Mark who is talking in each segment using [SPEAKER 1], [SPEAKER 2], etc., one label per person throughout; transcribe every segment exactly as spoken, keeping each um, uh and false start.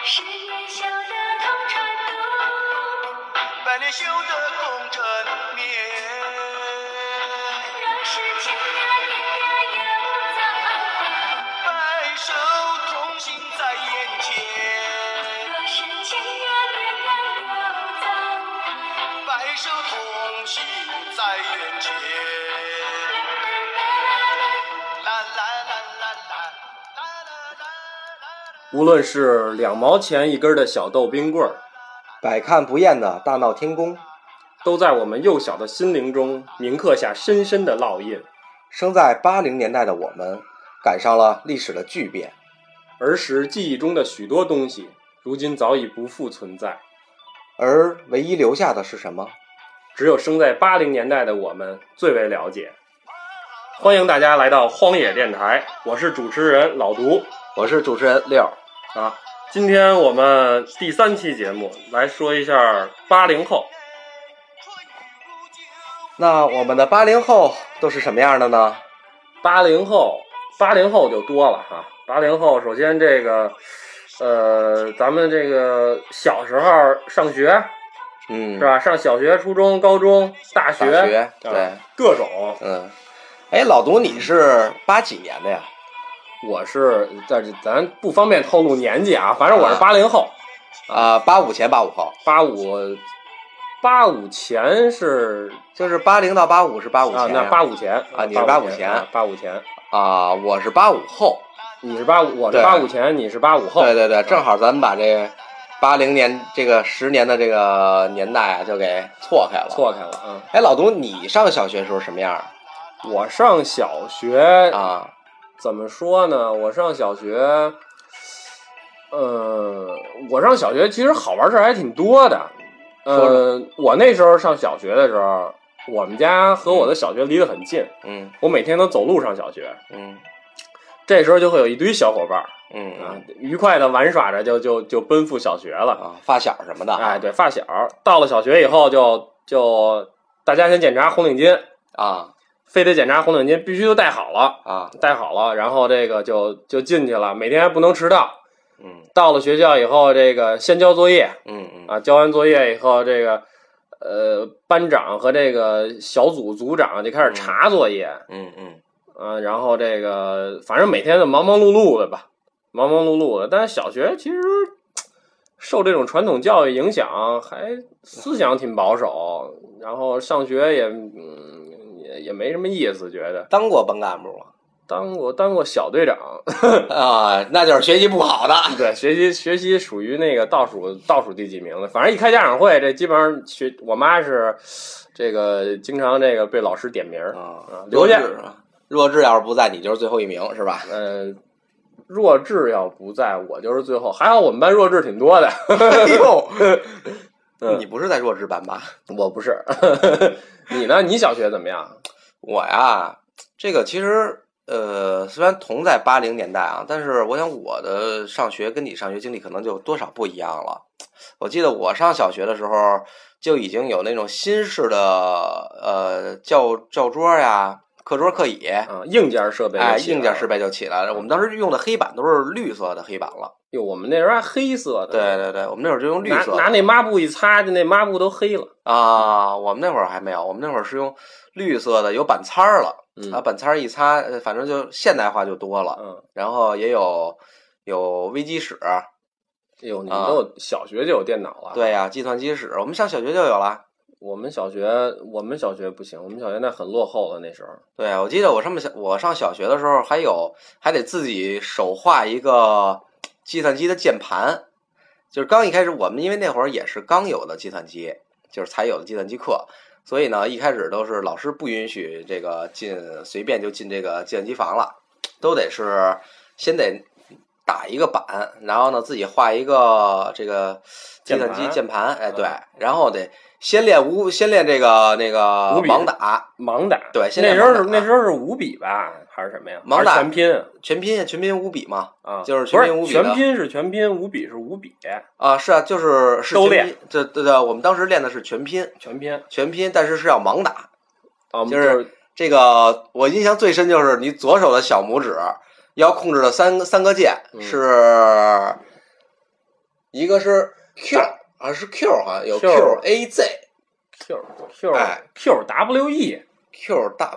[SPEAKER 1] 十年修得同船渡，
[SPEAKER 2] 百年修得共枕眠。
[SPEAKER 1] 若是天涯天涯又早，
[SPEAKER 2] 白首同行在眼前。
[SPEAKER 1] 若是天涯天涯又早，
[SPEAKER 2] 白首同行在眼前。啦啦啦啦啦啦啦啦。
[SPEAKER 3] 无论是两毛钱一根的小豆冰棍儿，
[SPEAKER 4] 百看不厌的大闹天宫，
[SPEAKER 3] 都在我们幼小的心灵中铭刻下深深的烙印。
[SPEAKER 4] 生在八零年代的我们，赶上了历史的巨变，
[SPEAKER 3] 儿时记忆中的许多东西，如今早已不复存在。
[SPEAKER 4] 而唯一留下的是什么？
[SPEAKER 3] 只有生在八零年代的我们最为了解。欢迎大家来到荒野电台，我是主持人老毒，
[SPEAKER 4] 我是主持人六
[SPEAKER 3] 啊。今天我们第三期节目来说一下八零后。
[SPEAKER 4] 那我们的八零后都是什么样的呢？
[SPEAKER 3] 八零后，八零后就多了哈。八零后，首先这个，呃，咱们这个小时候上学，
[SPEAKER 4] 嗯，
[SPEAKER 3] 是吧？上小学、初中、高中、大学，
[SPEAKER 4] 大学对、
[SPEAKER 3] 啊，各种。
[SPEAKER 4] 嗯，哎，老毒，你是八几年的呀？
[SPEAKER 3] 我是在这，咱不方便透露年纪啊，反正我是八零后。
[SPEAKER 4] 啊，八五前八五后。
[SPEAKER 3] 八五，八五前是
[SPEAKER 4] 就是八零到八五是八五前
[SPEAKER 3] 啊，那八五前
[SPEAKER 4] 啊，你是八五前，
[SPEAKER 3] 八五前
[SPEAKER 4] 啊，我是八五后。
[SPEAKER 3] 你是八五，我是八五前，你是八五后。
[SPEAKER 4] 对对对，正好咱们把这个八零年这个十年的这个年代啊，就给错开了。
[SPEAKER 3] 错开了，嗯。
[SPEAKER 4] 哎，老毒，你上小学时候什么样？
[SPEAKER 3] 我上小学
[SPEAKER 4] 啊，
[SPEAKER 3] 怎么说呢？我上小学，呃，我上小学其实好玩事还挺多的。呃，我那时候上小学的时候，我们家和我的小学离得很近。
[SPEAKER 4] 嗯，
[SPEAKER 3] 我每天都走路上小学。
[SPEAKER 4] 嗯。
[SPEAKER 3] 这时候就会有一堆小伙伴，
[SPEAKER 4] 嗯
[SPEAKER 3] 啊，愉快的玩耍着就就就奔赴小学了
[SPEAKER 4] 啊，发小什么的，
[SPEAKER 3] 哎，对，发小。到了小学以后就，就就大家先检查红领巾
[SPEAKER 4] 啊，
[SPEAKER 3] 非得检查红领巾，必须都戴好了
[SPEAKER 4] 啊，
[SPEAKER 3] 戴好了，然后这个就就进去了，每天还不能迟到。
[SPEAKER 4] 嗯，
[SPEAKER 3] 到了学校以后，这个先交作业，
[SPEAKER 4] 嗯嗯，
[SPEAKER 3] 啊，交完作业以后，这个呃班长和这个小组组长就开始查作业，
[SPEAKER 4] 嗯嗯。
[SPEAKER 3] 嗯、呃，然后这个反正每天都忙忙碌碌的吧，忙忙碌碌的。但是小学其实受这种传统教育影响，还思想挺保守，然后上学也嗯也也没什么意思，觉得。
[SPEAKER 4] 当过班干部吗？
[SPEAKER 3] 当过当过小队长
[SPEAKER 4] 啊，那就是学习不好的。
[SPEAKER 3] 对，学习学习属于那个倒数倒数第几名的。反正一开家长会，这基本上学我妈是这个经常这个被老师点名啊，留下。
[SPEAKER 4] 弱智要是不在，你就是最后一名，是吧？
[SPEAKER 3] 呃，弱智要不在，我就是最后。还好我们班弱智挺多的。
[SPEAKER 4] 哎呦，
[SPEAKER 3] 嗯、
[SPEAKER 4] 你不是在弱智班吧？
[SPEAKER 3] 我不是。你呢？你小学怎么样？
[SPEAKER 4] 我呀，这个其实呃，虽然同在八零年代啊，但是我想我的上学跟你上学经历可能就多少不一样了。我记得我上小学的时候就已经有那种新式的呃教教桌呀。课桌课椅
[SPEAKER 3] 啊，硬件设备
[SPEAKER 4] 哎，硬件设备就起来了。我们当时用的黑板都是绿色的黑板了。
[SPEAKER 3] 哟，我们那时候还黑色的。
[SPEAKER 4] 对对对，我们那会儿就用绿色的。
[SPEAKER 3] 拿拿那抹布一擦，就那抹布都黑了
[SPEAKER 4] 啊。我们那会儿还没有，我们那会儿是用绿色的，有板擦了。
[SPEAKER 3] 嗯，
[SPEAKER 4] 啊，板擦一擦，反正就现代化就多了。
[SPEAKER 3] 嗯，
[SPEAKER 4] 然后也有有微机室。
[SPEAKER 3] 哎呦，你们都有、啊、小学就有电脑了？
[SPEAKER 4] 对呀、啊，计算机室，我们上小学就有了。
[SPEAKER 3] 我们小学，我们小学不行，我们小学那很落后了那时候。
[SPEAKER 4] 对啊，我记得我上小我上小学的时候，还有还得自己手画一个计算机的键盘，就是刚一开始我们因为那会儿也是刚有的计算机，就是才有的计算机课，所以呢一开始都是老师不允许这个进随便就进这个计算机房了，都得是先得打一个板，然后呢自己画一个这个计算机键盘，哎对，然后得。先练五，先练这个那个盲打，
[SPEAKER 3] 盲打。
[SPEAKER 4] 对，先
[SPEAKER 3] 练那时候是那时候是五笔吧，还是什么呀？
[SPEAKER 4] 盲打
[SPEAKER 3] 全拼，
[SPEAKER 4] 全拼，全拼五笔嘛。
[SPEAKER 3] 啊，
[SPEAKER 4] 就是全拼五笔。
[SPEAKER 3] 全拼是全拼，五笔是五笔。
[SPEAKER 4] 啊，是啊，就是是
[SPEAKER 3] 都练。
[SPEAKER 4] 对对对，我们当时练的是全拼，
[SPEAKER 3] 全拼，
[SPEAKER 4] 全拼，但是是要盲打。
[SPEAKER 3] 啊，
[SPEAKER 4] 就是这个，我印象最深就是你左手的小拇指要控制的三三个键、
[SPEAKER 3] 嗯、
[SPEAKER 4] 是一个是 Q 啊，是 Q 好像有
[SPEAKER 3] Q
[SPEAKER 4] Q A Z
[SPEAKER 3] Q Q
[SPEAKER 4] 哎
[SPEAKER 3] Q W E
[SPEAKER 4] Q W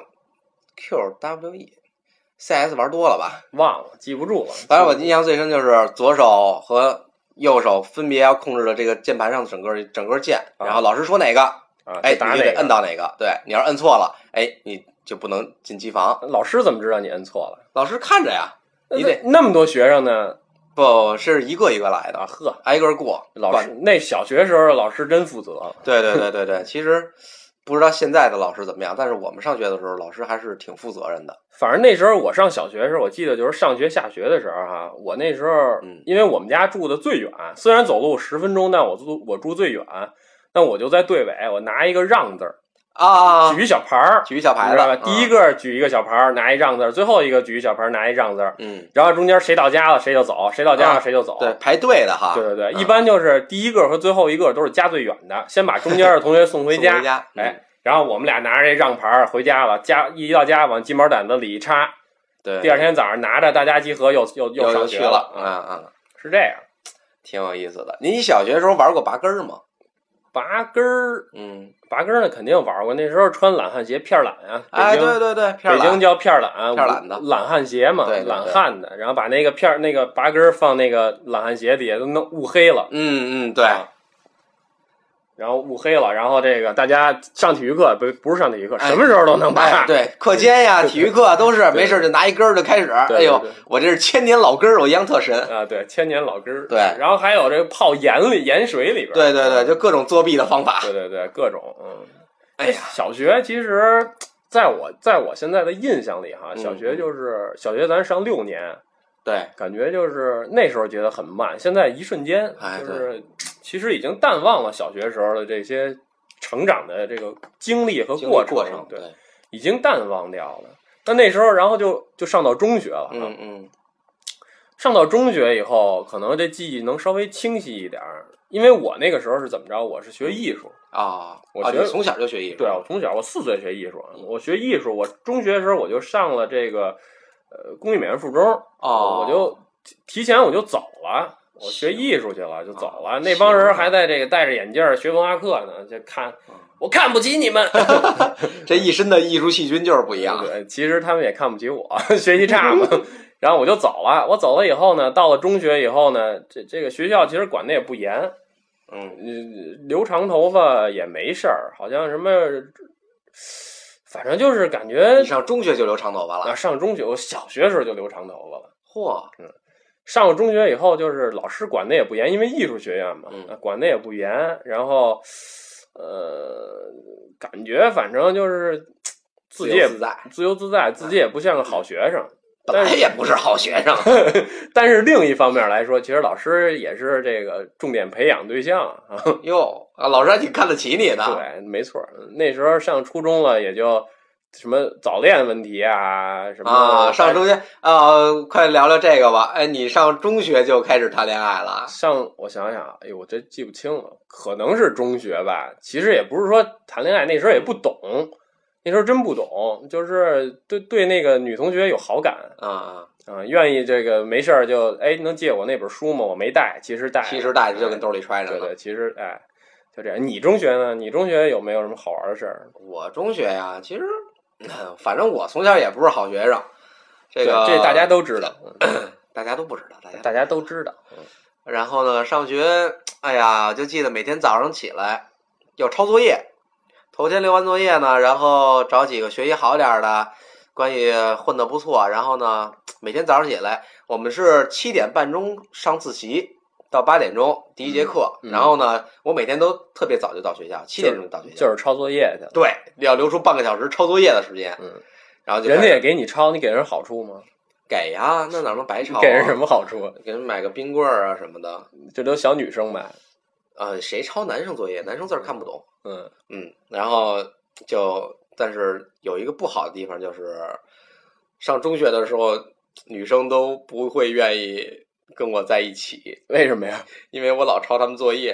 [SPEAKER 4] Q W E。C S 玩多了吧？
[SPEAKER 3] 忘了，记不住了。
[SPEAKER 4] 反正我印象最深就是左手和右手分别要控制了这个键盘上的整个整个键，然后老师说哪个，
[SPEAKER 3] 啊，
[SPEAKER 4] 哎，
[SPEAKER 3] 打哪个，
[SPEAKER 4] 你就得摁到哪个。对，你要是摁错了，哎，你就不能进机房。
[SPEAKER 3] 老师怎么知道你摁错了？
[SPEAKER 4] 老师看着呀，你得
[SPEAKER 3] 那么多学生呢？
[SPEAKER 4] 不是一个一个来的，
[SPEAKER 3] 啊，呵，
[SPEAKER 4] 挨个过。
[SPEAKER 3] 老师那小学时候老师真负责。
[SPEAKER 4] 对对对对对，其实不知道现在的老师怎么样，但是我们上学的时候，老师还是挺负责任的。
[SPEAKER 3] 反正那时候我上小学的时候，我记得就是上学下学的时候哈，我那时候，
[SPEAKER 4] 嗯，
[SPEAKER 3] 因为我们家住的最远，虽然走路十分钟，但我住我住最远，但我就在队尾，我拿一个让字儿
[SPEAKER 4] 啊，
[SPEAKER 3] 举一小牌儿，
[SPEAKER 4] 举一小牌子，
[SPEAKER 3] 知道吧？第一个举一个小牌儿，拿一让字儿，最后一个举一小牌儿，拿一让字儿，
[SPEAKER 4] 嗯，
[SPEAKER 3] 然后中间谁到家了谁就走，谁到家了谁就走，
[SPEAKER 4] 对，排队的哈，
[SPEAKER 3] 对对对，
[SPEAKER 4] 嗯
[SPEAKER 3] 一般就是第一个和最后一个都是家最远的，先把中间的同学送回家，
[SPEAKER 4] 送回家，嗯
[SPEAKER 3] 哎，然后我们俩拿着这让牌儿回家了，家一到家往鸡毛掸子里一插。
[SPEAKER 4] 对，
[SPEAKER 3] 第二天早上拿着大家集合又又
[SPEAKER 4] 又
[SPEAKER 3] 上学
[SPEAKER 4] 了，
[SPEAKER 3] 嗯
[SPEAKER 4] 嗯嗯，
[SPEAKER 3] 是这样，
[SPEAKER 4] 挺有意思的。你小学时候玩过拔根儿吗？
[SPEAKER 3] 拔根儿，
[SPEAKER 4] 嗯，
[SPEAKER 3] 拔根儿呢肯定玩过，那时候穿懒汉鞋片懒啊，
[SPEAKER 4] 哎，
[SPEAKER 3] 北京
[SPEAKER 4] 对对对，片
[SPEAKER 3] 北京叫片懒，
[SPEAKER 4] 片懒的
[SPEAKER 3] 懒汉鞋嘛，
[SPEAKER 4] 对对对
[SPEAKER 3] 懒汉的，然后把那个片那个拔根儿放那个懒汉鞋底下都弄雾黑了，
[SPEAKER 4] 嗯嗯，对。
[SPEAKER 3] 啊然后雾黑了，然后这个大家上体育课不不是上体育课，
[SPEAKER 4] 哎
[SPEAKER 3] 什么时候都能拔。
[SPEAKER 4] 哎，对，课间呀、体育课都是没事就拿一根儿就开始。
[SPEAKER 3] 对对对
[SPEAKER 4] 哎呦，我这是千年老根儿，我印象特深。
[SPEAKER 3] 啊，对，千年老根儿。
[SPEAKER 4] 对，
[SPEAKER 3] 然后还有这个泡盐里盐水里边。
[SPEAKER 4] 对对对，就各种作弊的方法。
[SPEAKER 3] 对对对，各种嗯。
[SPEAKER 4] 哎呀，
[SPEAKER 3] 小学其实在我在我现在的印象里哈，
[SPEAKER 4] 嗯
[SPEAKER 3] 小学就是小学咱上六年，
[SPEAKER 4] 对，
[SPEAKER 3] 感觉就是那时候觉得很慢，现在一瞬间
[SPEAKER 4] 哎
[SPEAKER 3] 就是其实已经淡忘了小学时候的这些成长的这个经历和
[SPEAKER 4] 经历
[SPEAKER 3] 过程，
[SPEAKER 4] 过程
[SPEAKER 3] 对，已经淡忘掉了。但那时候，然后就就上到中学了，
[SPEAKER 4] 嗯嗯，
[SPEAKER 3] 上到中学以后，可能这记忆能稍微清晰一点儿，因为我那个时候是怎么着？我是学艺术
[SPEAKER 4] 啊，
[SPEAKER 3] 我学
[SPEAKER 4] 啊你从小就学艺术，
[SPEAKER 3] 对，我从小我四岁学艺术，我学艺术，我中学的时候我就上了这个呃工艺美院附中，
[SPEAKER 4] 哦，
[SPEAKER 3] 我就提前我就走了。我学艺术去了，就走了。
[SPEAKER 4] 啊、
[SPEAKER 3] 那帮人还在这个戴着眼镜学文化课呢，就看，我看不起你们。
[SPEAKER 4] 这一身的艺术细菌就是不一样。
[SPEAKER 3] 对，其实他们也看不起我，学习差嘛。然后我就走了。我走了以后呢，到了中学以后呢，这这个学校其实管的也不严，
[SPEAKER 4] 嗯，
[SPEAKER 3] 留长头发也没事儿，好像什么，反正就是感觉。
[SPEAKER 4] 你上中学就留长头发了？
[SPEAKER 3] 啊，上中学，我小学时候就留长头发了。
[SPEAKER 4] 嚯，
[SPEAKER 3] 嗯。上了中学以后，就是老师管的也不严，因为艺术学院嘛，
[SPEAKER 4] 嗯、
[SPEAKER 3] 管的也不严。然后，呃，感觉反正就是自己也
[SPEAKER 4] 自由自在，
[SPEAKER 3] 自由自在，自己也不像个好学生，
[SPEAKER 4] 本来也不是好学生。
[SPEAKER 3] 但是另一方面来说，其实老师也是这个重点培养对象啊。
[SPEAKER 4] 哟，啊，老师还挺看得起你的。
[SPEAKER 3] 对，没错。那时候上初中了，也就。什么早恋问题啊？什么
[SPEAKER 4] 啊？上中学啊、呃，快聊聊这个吧。哎，你上中学就开始谈恋爱了？
[SPEAKER 3] 上我想想，哎呦，我这记不清了，可能是中学吧。其实也不是说谈恋爱，那时候也不懂，那时候真不懂，就是对对那个女同学有好感
[SPEAKER 4] 啊啊
[SPEAKER 3] 啊，愿意这个没事儿就哎能借我那本书吗？我没带，其实带，
[SPEAKER 4] 其实带着就跟兜里揣着
[SPEAKER 3] 呢。对对，其实哎，就这样。你中学呢？你中学有没有什么好玩的事儿？
[SPEAKER 4] 我中学呀，其实。反正我从小也不是好学生，这个
[SPEAKER 3] 这大家都知道，
[SPEAKER 4] 大家都不知道，大家
[SPEAKER 3] 大家都知道。
[SPEAKER 4] 然后呢，上学，哎呀，就记得每天早上起来要抄作业，头天留完作业呢，然后找几个学习好点的，关系混得不错，然后呢，每天早上起来，我们是七点半钟上自习。到八点钟第一节课，
[SPEAKER 3] 嗯嗯、
[SPEAKER 4] 然后呢，我每天都特别早就到学校，七点钟就到学校，
[SPEAKER 3] 就是抄作业去。
[SPEAKER 4] 对，要留出半个小时抄作业的时间。
[SPEAKER 3] 嗯，
[SPEAKER 4] 然后就
[SPEAKER 3] 人家也给你抄，你给人好处吗？
[SPEAKER 4] 给呀，那哪能白抄、啊？
[SPEAKER 3] 给人什么好处？
[SPEAKER 4] 给人买个冰棍儿啊什么的。
[SPEAKER 3] 这都小女生买。
[SPEAKER 4] 呃，谁抄男生作业？男生字儿看不懂。
[SPEAKER 3] 嗯
[SPEAKER 4] 嗯，然后就，但是有一个不好的地方就是，上中学的时候，女生都不会愿意跟我在一起。
[SPEAKER 3] 为什么呀？
[SPEAKER 4] 因为我老抄他们作业，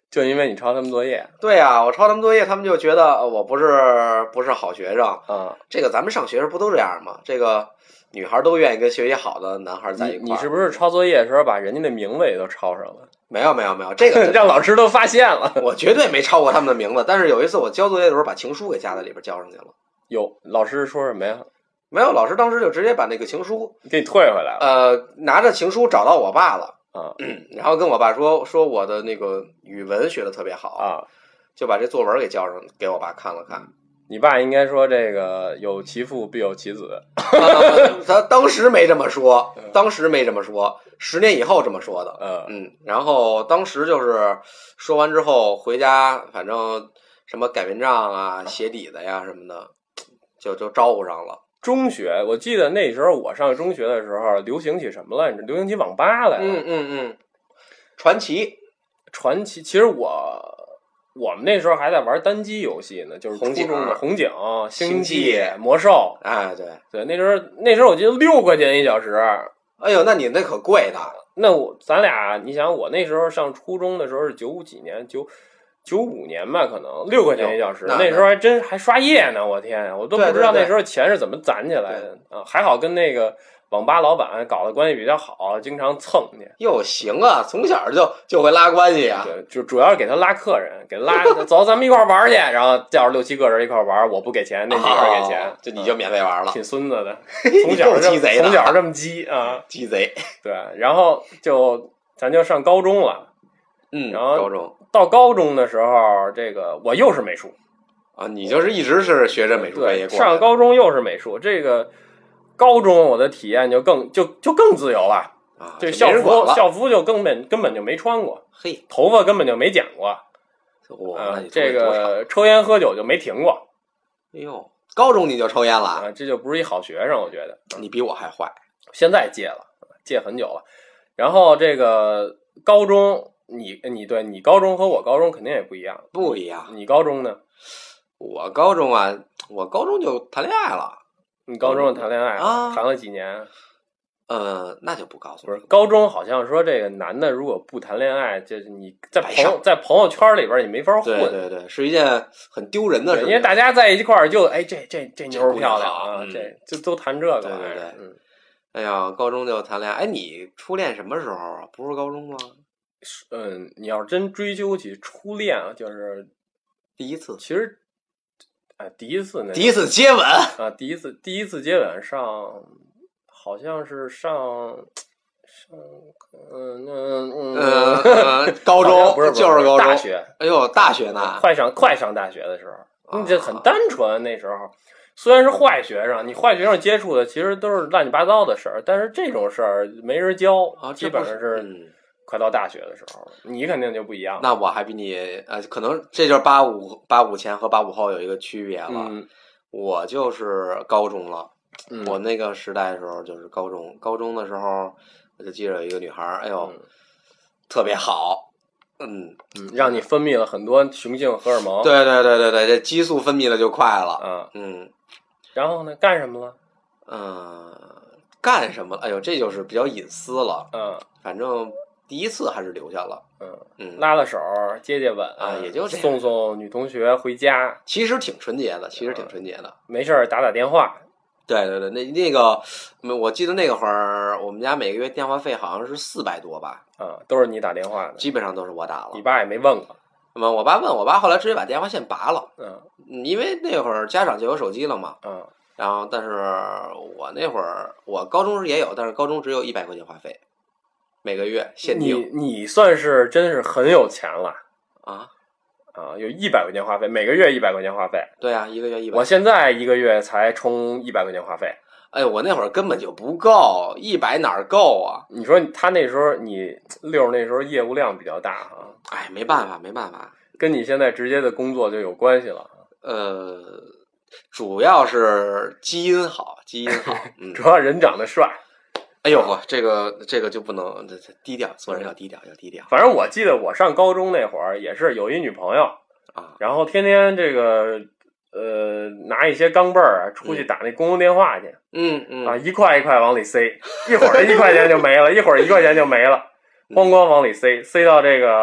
[SPEAKER 3] 就因为你抄他们作业。
[SPEAKER 4] 对呀、啊，我抄他们作业，他们就觉得我不是不是好学生
[SPEAKER 3] 啊、嗯。
[SPEAKER 4] 这个咱们上学时不都这样吗？这个女孩都愿意跟学习好的男孩在一块儿。
[SPEAKER 3] 你你是不是抄作业的时候把人家的名字也都抄上了？
[SPEAKER 4] 没有没有没有，这个
[SPEAKER 3] 让老师都发现了。
[SPEAKER 4] 我绝对没抄过他们的名字，但是有一次我交作业的时候把情书给加在里边交上去了。
[SPEAKER 3] 有老师说什么呀？
[SPEAKER 4] 没有，老师当时就直接把那个情书
[SPEAKER 3] 给你退回来了。
[SPEAKER 4] 呃，拿着情书找到我爸了
[SPEAKER 3] 啊、
[SPEAKER 4] 嗯，然后跟我爸说说我的那个语文学的特别好
[SPEAKER 3] 啊，
[SPEAKER 4] 就把这作文给交上给我爸看了看。
[SPEAKER 3] 你爸应该说这个有其父必有其子。
[SPEAKER 4] 呃、他当时没这么说，当时没这么说，十年以后这么说的。
[SPEAKER 3] 嗯
[SPEAKER 4] 嗯，然后当时就是说完之后回家，反正什么改文章啊、写底子呀什么的，就就招呼上了。
[SPEAKER 3] 中学，我记得那时候我上中学的时候，流行起什么来着？流行起网吧来了。
[SPEAKER 4] 嗯嗯嗯，传奇，
[SPEAKER 3] 传奇。其实我我们那时候还在玩单机游戏呢，就是初中的红警、星际、魔兽。
[SPEAKER 4] 哎，对
[SPEAKER 3] 对，那时候那时候我记得六块钱一小时。
[SPEAKER 4] 哎呦，那你那可贵的。
[SPEAKER 3] 那我咱俩，你想我那时候上初中的时候是九几年，九九五年吧，可能六块钱一小时，那, 那时候还真还刷夜呢，我天呀，我都不知道那时候钱是怎么攒起来的啊！还好跟那个网吧老板搞的关系比较好，经常蹭去。
[SPEAKER 4] 哟，行啊，从小就就会拉关系啊。
[SPEAKER 3] 对，就主要是给他拉客人，给拉走，咱们一块玩去，然后叫着六七个人一块玩，我不给钱，那几个人给钱，
[SPEAKER 4] 哦、就你就免费玩了，
[SPEAKER 3] 挺孙子的。从小就
[SPEAKER 4] 鸡贼的，
[SPEAKER 3] 从小这么鸡啊，
[SPEAKER 4] 鸡贼。
[SPEAKER 3] 对，然后就咱就上高中了。
[SPEAKER 4] 嗯，
[SPEAKER 3] 然后
[SPEAKER 4] 高中
[SPEAKER 3] 到高中的时候，这个我又是美术
[SPEAKER 4] 啊，你就是一直是学着美术专业过。
[SPEAKER 3] 上高中又是美术，这个高中我的体验就更就就更自由了
[SPEAKER 4] 啊，
[SPEAKER 3] 这校服校服就根本根本就没穿过，
[SPEAKER 4] 嘿，
[SPEAKER 3] 头发根本就没剪过，
[SPEAKER 4] 哇，
[SPEAKER 3] 啊，这个抽烟喝酒就没停过。
[SPEAKER 4] 哎呦，高中你就抽烟了
[SPEAKER 3] 啊？这就不是一好学生，我觉得
[SPEAKER 4] 你比我还坏。
[SPEAKER 3] 现在戒了，戒很久了。然后这个高中。你你对你高中和我高中肯定也不一样，
[SPEAKER 4] 不一样。
[SPEAKER 3] 你高中呢？
[SPEAKER 4] 我高中啊，我高中就谈恋爱了。
[SPEAKER 3] 你高中就谈恋爱
[SPEAKER 4] 啊？
[SPEAKER 3] 谈了几年？
[SPEAKER 4] 呃，那就不告诉
[SPEAKER 3] 不是。高中好像说这个男的如果不谈恋爱，就是你在朋友在朋友圈里边你没法混。
[SPEAKER 4] 对对对，是一件很丢人的事。
[SPEAKER 3] 因为大家在一块儿就哎这这这妞漂亮啊，
[SPEAKER 4] 嗯、
[SPEAKER 3] 这就都谈这个。
[SPEAKER 4] 对对对，
[SPEAKER 3] 嗯。
[SPEAKER 4] 哎呀，高中就谈恋爱。哎，你初恋什么时候啊？不是高中吗？
[SPEAKER 3] 嗯，你要是真追究起初恋啊，就是
[SPEAKER 4] 第一次。
[SPEAKER 3] 其实，哎，第一次那
[SPEAKER 4] 第一次接吻
[SPEAKER 3] 啊，第一次第一次接吻上，好像是上上嗯嗯
[SPEAKER 4] 嗯嗯，高中
[SPEAKER 3] 不是
[SPEAKER 4] 就是高中
[SPEAKER 3] 大学。
[SPEAKER 4] 哎呦，大学呢？
[SPEAKER 3] 快上快上大学的时候，你这很单纯。那时候虽然是坏学生，你坏学生接触的其实都是乱七八糟的事儿，但是这种事儿没人教
[SPEAKER 4] 啊，
[SPEAKER 3] 基本上是。
[SPEAKER 4] 嗯
[SPEAKER 3] 快到大学的时候，你肯定就不一样。
[SPEAKER 4] 那我还比你呃，可能这就是八五八五前和八五后有一个区别了。
[SPEAKER 3] 嗯、
[SPEAKER 4] 我就是高中了、
[SPEAKER 3] 嗯，
[SPEAKER 4] 我那个时代的时候就是高中。高中的时候，我就记得有一个女孩，哎呦，
[SPEAKER 3] 嗯、
[SPEAKER 4] 特别好，嗯
[SPEAKER 3] 嗯，让你分泌了很多雄性荷尔蒙。
[SPEAKER 4] 对对对对对，这激素分泌的就快了。
[SPEAKER 3] 嗯
[SPEAKER 4] 嗯，
[SPEAKER 3] 然后呢，干什么了？
[SPEAKER 4] 嗯，干什么了？哎呦，这就是比较隐私了。
[SPEAKER 3] 嗯，
[SPEAKER 4] 反正。第一次还是留下了，
[SPEAKER 3] 嗯
[SPEAKER 4] 嗯，
[SPEAKER 3] 拉拉手，接接吻
[SPEAKER 4] 啊，也就这样，
[SPEAKER 3] 送送女同学回家，
[SPEAKER 4] 其实挺纯洁的，其实挺纯洁的，
[SPEAKER 3] 嗯、没事儿打打电话。
[SPEAKER 4] 对对对，那那个，我记得那个会儿，我们家每个月电话费好像是四百多吧，
[SPEAKER 3] 啊、嗯，都是你打电话的，
[SPEAKER 4] 基本上都是我打了，
[SPEAKER 3] 你爸也没问过。
[SPEAKER 4] 那么我爸问我爸，后来直接把电话线拔了，
[SPEAKER 3] 嗯，
[SPEAKER 4] 因为那会儿家长就有手机了嘛，
[SPEAKER 3] 嗯，
[SPEAKER 4] 然后但是我那会儿我高中时也有，但是高中只有一百块钱话费。每个月限定，
[SPEAKER 3] 你你算是真是很有钱了
[SPEAKER 4] 啊
[SPEAKER 3] 啊！有一百块钱话费，每个月一百块钱话费。
[SPEAKER 4] 对啊，一个月一百。
[SPEAKER 3] 我现在一个月才充一百块钱话费。
[SPEAKER 4] 哎，我那会儿根本就不够，一百哪儿够啊？
[SPEAKER 3] 你说他那时候你六那时候业务量比较大哈。
[SPEAKER 4] 哎，没办法，没办法，
[SPEAKER 3] 跟你现在直接的工作就有关系了。
[SPEAKER 4] 呃，主要是基因好，基因好，嗯、
[SPEAKER 3] 主要人长得帅。
[SPEAKER 4] 哎呦呵，这个这个就不能低调，做人要低调，要低调。
[SPEAKER 3] 反正我记得我上高中那会儿也是有一女朋友
[SPEAKER 4] 啊，
[SPEAKER 3] 然后天天这个呃拿一些钢镚儿啊出去打那公用电话去，
[SPEAKER 4] 嗯嗯
[SPEAKER 3] 啊一块一块往里塞，一会儿一块钱就没了，一会儿一块钱就没了，咣咣往里塞，塞到这个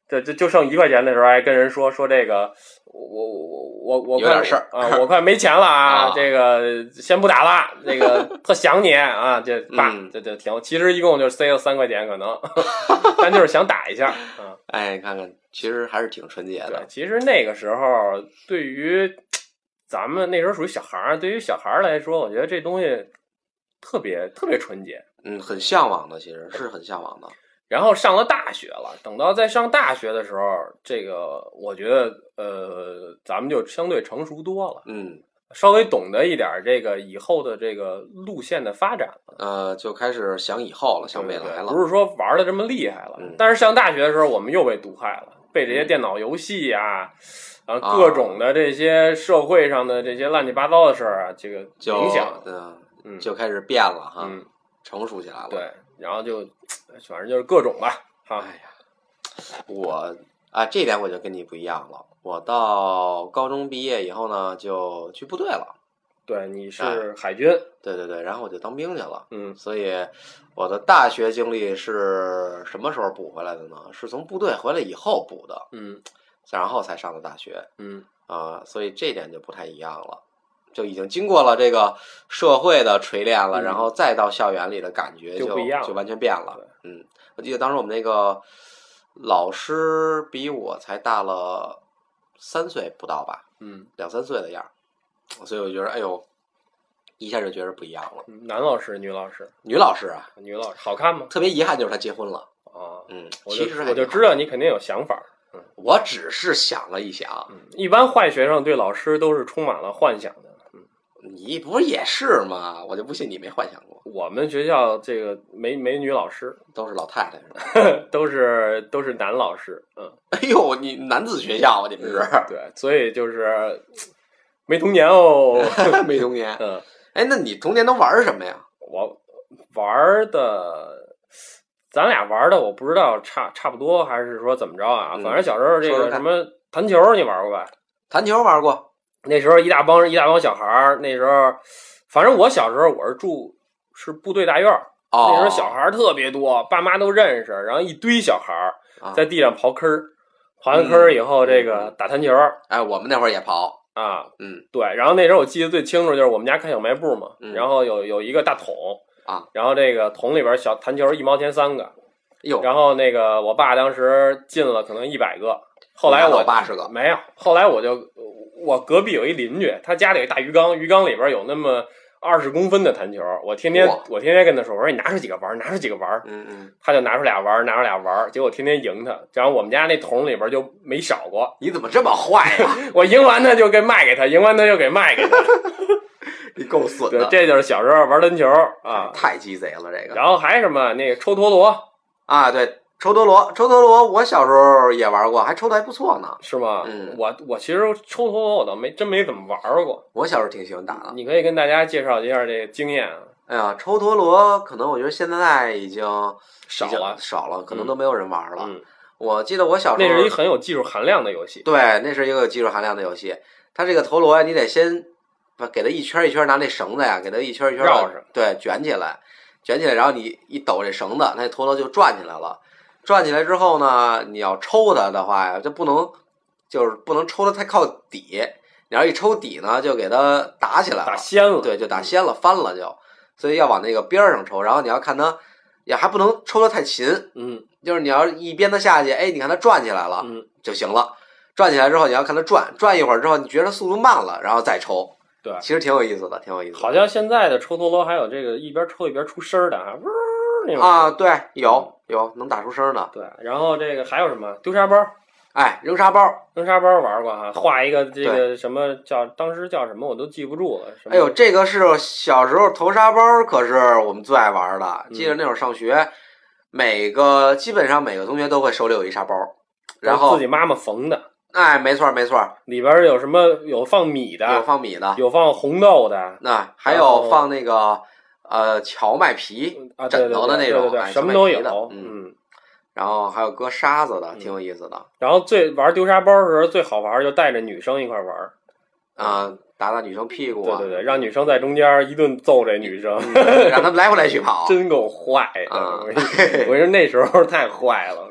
[SPEAKER 3] 这这就剩一块钱的时候，还跟人说说这个，我我我我
[SPEAKER 4] 有点事儿
[SPEAKER 3] 啊，我快没钱了啊，
[SPEAKER 4] 啊
[SPEAKER 3] 这个先不打了，这个特想你啊，这爸，
[SPEAKER 4] 嗯
[SPEAKER 3] 这这挺，其实一共就塞了三块钱可能，但就是想打一下啊。
[SPEAKER 4] 哎，看看，其实还是挺纯洁
[SPEAKER 3] 对
[SPEAKER 4] 的，。
[SPEAKER 3] 其实那个时候对于咱们那时候属于小孩儿，对于小孩儿来说，我觉得这东西特别特别纯洁。
[SPEAKER 4] 嗯，很向往的，其实是很向往的。
[SPEAKER 3] 然后上了大学了，等到在上大学的时候，这个我觉得呃，咱们就相对成熟多了，
[SPEAKER 4] 嗯，
[SPEAKER 3] 稍微懂得一点这个以后的这个路线的发展了，
[SPEAKER 4] 呃，就开始想以后了，想未来了。
[SPEAKER 3] 不是说玩的这么厉害了。
[SPEAKER 4] 嗯
[SPEAKER 3] 但是上大学的时候，我们又被毒害了，被这些电脑游戏啊，然后各种的这些社会上的这些乱七八糟的事儿啊，这个
[SPEAKER 4] 就
[SPEAKER 3] 影响，
[SPEAKER 4] 嗯，
[SPEAKER 3] 嗯，
[SPEAKER 4] 就开始变了哈，
[SPEAKER 3] 嗯，
[SPEAKER 4] 成熟起来了。
[SPEAKER 3] 对，然后就反正就是各种吧，哈，
[SPEAKER 4] 哎呀，我啊，这点我就跟你不一样了。我到高中毕业以后呢，就去部队了。
[SPEAKER 3] 对，你是
[SPEAKER 4] 哎
[SPEAKER 3] 海军，
[SPEAKER 4] 对对对，然后我就当兵去了。
[SPEAKER 3] 嗯
[SPEAKER 4] 所以我的大学经历是什么时候补回来的呢？是从部队回来以后补的，
[SPEAKER 3] 嗯
[SPEAKER 4] 然后才上的大学
[SPEAKER 3] 嗯
[SPEAKER 4] 啊、呃所以这点就不太一样了。就已经经过了这个社会的锤炼了，
[SPEAKER 3] 嗯
[SPEAKER 4] 然后再到校园里的感觉就
[SPEAKER 3] 就不一样了
[SPEAKER 4] 就完全变了。嗯，我记得当时我们那个老师比我才大了三岁不到吧，
[SPEAKER 3] 嗯，
[SPEAKER 4] 两三岁的样儿，所以我觉得，哎呦，一下就觉得不一样了。
[SPEAKER 3] 男老师、女老师、
[SPEAKER 4] 女老师啊，
[SPEAKER 3] 女老师好看吗？
[SPEAKER 4] 特别遗憾就是她结婚了。
[SPEAKER 3] 啊，
[SPEAKER 4] 嗯，
[SPEAKER 3] 我就
[SPEAKER 4] 其实还挺好
[SPEAKER 3] 我就知道你肯定有想法。
[SPEAKER 4] 我只是想了一想，
[SPEAKER 3] 嗯，一般坏学生对老师都是充满了幻想的。嗯，
[SPEAKER 4] 你不是也是吗？我就不信你没幻想过。
[SPEAKER 3] 我们学校这个没没女老师，
[SPEAKER 4] 都是老太太是吧？
[SPEAKER 3] 都是都是男老师。嗯，
[SPEAKER 4] 哎呦，你男子学校啊，你们是？
[SPEAKER 3] 对，所以就是没童年哦。
[SPEAKER 4] 没童年。
[SPEAKER 3] 嗯，
[SPEAKER 4] 哎，那你童年都玩什么呀？
[SPEAKER 3] 我玩的，咱俩玩的我不知道差差不多还是说怎么着啊？
[SPEAKER 4] 嗯
[SPEAKER 3] 反正小时候这
[SPEAKER 4] 说说看
[SPEAKER 3] 个什么弹球你玩过吧？
[SPEAKER 4] 弹球玩过。
[SPEAKER 3] 那时候一大帮一大帮小孩儿，那时候反正我小时候我是住是部队大院儿，
[SPEAKER 4] 哦，
[SPEAKER 3] 那时候小孩儿特别多，爸妈都认识，然后一堆小孩儿
[SPEAKER 4] 啊
[SPEAKER 3] 在地上刨坑儿，刨完坑儿以后这个打弹球
[SPEAKER 4] 哎，我们那会儿也刨。
[SPEAKER 3] 啊，
[SPEAKER 4] 嗯，
[SPEAKER 3] 对，然后那时候我记得最清楚就是我们家开小卖部嘛，
[SPEAKER 4] 嗯
[SPEAKER 3] 然后有有一个大桶
[SPEAKER 4] 啊，
[SPEAKER 3] 然后这个桶里边小弹球一毛钱三个，
[SPEAKER 4] 哟，
[SPEAKER 3] 然后那个我爸当时进了可能一百个，后来我
[SPEAKER 4] 八十个
[SPEAKER 3] 没有，后来我就我隔壁有一邻居，他家里有一大鱼缸，鱼缸里边有那么二十公分的弹球，我天天
[SPEAKER 4] 哇
[SPEAKER 3] 我天天跟他说，我说你拿出几个玩，拿出几个玩，
[SPEAKER 4] 嗯嗯，
[SPEAKER 3] 他就拿出俩玩，拿出俩玩，结果天天赢他，然后我们家那桶里边就没少过，
[SPEAKER 4] 你怎么这么坏呀？
[SPEAKER 3] 我赢完他就给卖给他，赢完他就给卖给他，
[SPEAKER 4] 你够损
[SPEAKER 3] 对，
[SPEAKER 4] 的，
[SPEAKER 3] 这就是小时候玩弹球啊，
[SPEAKER 4] 太鸡贼了这个。
[SPEAKER 3] 然后还什么那个抽陀螺
[SPEAKER 4] 啊，对，抽陀螺，抽陀螺，我小时候也玩过，还抽的还不错呢。
[SPEAKER 3] 是吗？
[SPEAKER 4] 嗯
[SPEAKER 3] 我我其实抽陀螺我倒没真没怎么玩过，
[SPEAKER 4] 我小时候挺喜欢打的。
[SPEAKER 3] 你可以跟大家介绍一下这个经验啊。
[SPEAKER 4] 哎呀，抽陀螺可能我觉得现在已经已经
[SPEAKER 3] 少了
[SPEAKER 4] 少了，可能都没有人玩了。
[SPEAKER 3] 嗯，
[SPEAKER 4] 我记得我小时候，
[SPEAKER 3] 那是一很有技术含量的游戏。
[SPEAKER 4] 对，那是一个有技术含量的游戏。它这个陀螺呀，你得先把给它一圈一圈拿那绳子呀，给它一圈一圈
[SPEAKER 3] 绕上，
[SPEAKER 4] 对，卷起来，卷起来，然后你一抖这绳子，那陀螺就转起来了。转起来之后呢，你要抽它的话呀，就不能就是不能抽的太靠底，你要一抽底呢，就给它打起来了，
[SPEAKER 3] 打掀了，
[SPEAKER 4] 对，就打掀了，翻了就，所以要往那个边上抽，然后你要看它，也还不能抽得太勤，
[SPEAKER 3] 嗯
[SPEAKER 4] 就是你要一鞭子下去，哎，你看它转起来了，
[SPEAKER 3] 嗯，
[SPEAKER 4] 就行了。转起来之后，你要看它转，转一会儿之后，你觉得它速度慢了，然后再抽。
[SPEAKER 3] 对，
[SPEAKER 4] 其实挺有意思的，挺有意思的。
[SPEAKER 3] 好像现在的抽陀螺还有这个一边抽一边出声儿的哈，嗡那种
[SPEAKER 4] 啊，对，有有能打出声的。
[SPEAKER 3] 对，然后这个还有什么丢沙包？
[SPEAKER 4] 哎，扔沙包，
[SPEAKER 3] 扔沙包玩过哈，画一个这个什么叫当时叫什么我都记不住了。什么
[SPEAKER 4] 哎呦，这个是小时候投沙包，可是我们最爱玩的。
[SPEAKER 3] 嗯
[SPEAKER 4] 记得那会儿上学，每个基本上每个同学都会手里有一沙包，然后
[SPEAKER 3] 自己妈妈缝的，
[SPEAKER 4] 哎，没错没错，
[SPEAKER 3] 里边有什么有放米的，
[SPEAKER 4] 有放米的，
[SPEAKER 3] 有放红豆的，
[SPEAKER 4] 那还有放那个呃荞麦皮
[SPEAKER 3] 啊，对
[SPEAKER 4] 枕头的那种，
[SPEAKER 3] 对对对对
[SPEAKER 4] 哎
[SPEAKER 3] 什么都有。
[SPEAKER 4] 嗯，
[SPEAKER 3] 嗯，
[SPEAKER 4] 然后还有搁沙子的，挺有意思的。
[SPEAKER 3] 然后最玩丢沙包的时候最好玩就带着女生一块玩
[SPEAKER 4] 啊，打打女生屁股啊，
[SPEAKER 3] 对对对，让女生在中间一顿揍这女生，
[SPEAKER 4] 让他们来回来去跑，
[SPEAKER 3] 真够坏的。
[SPEAKER 4] 啊
[SPEAKER 3] 我跟你我跟你说那时候太坏了，我跟你说。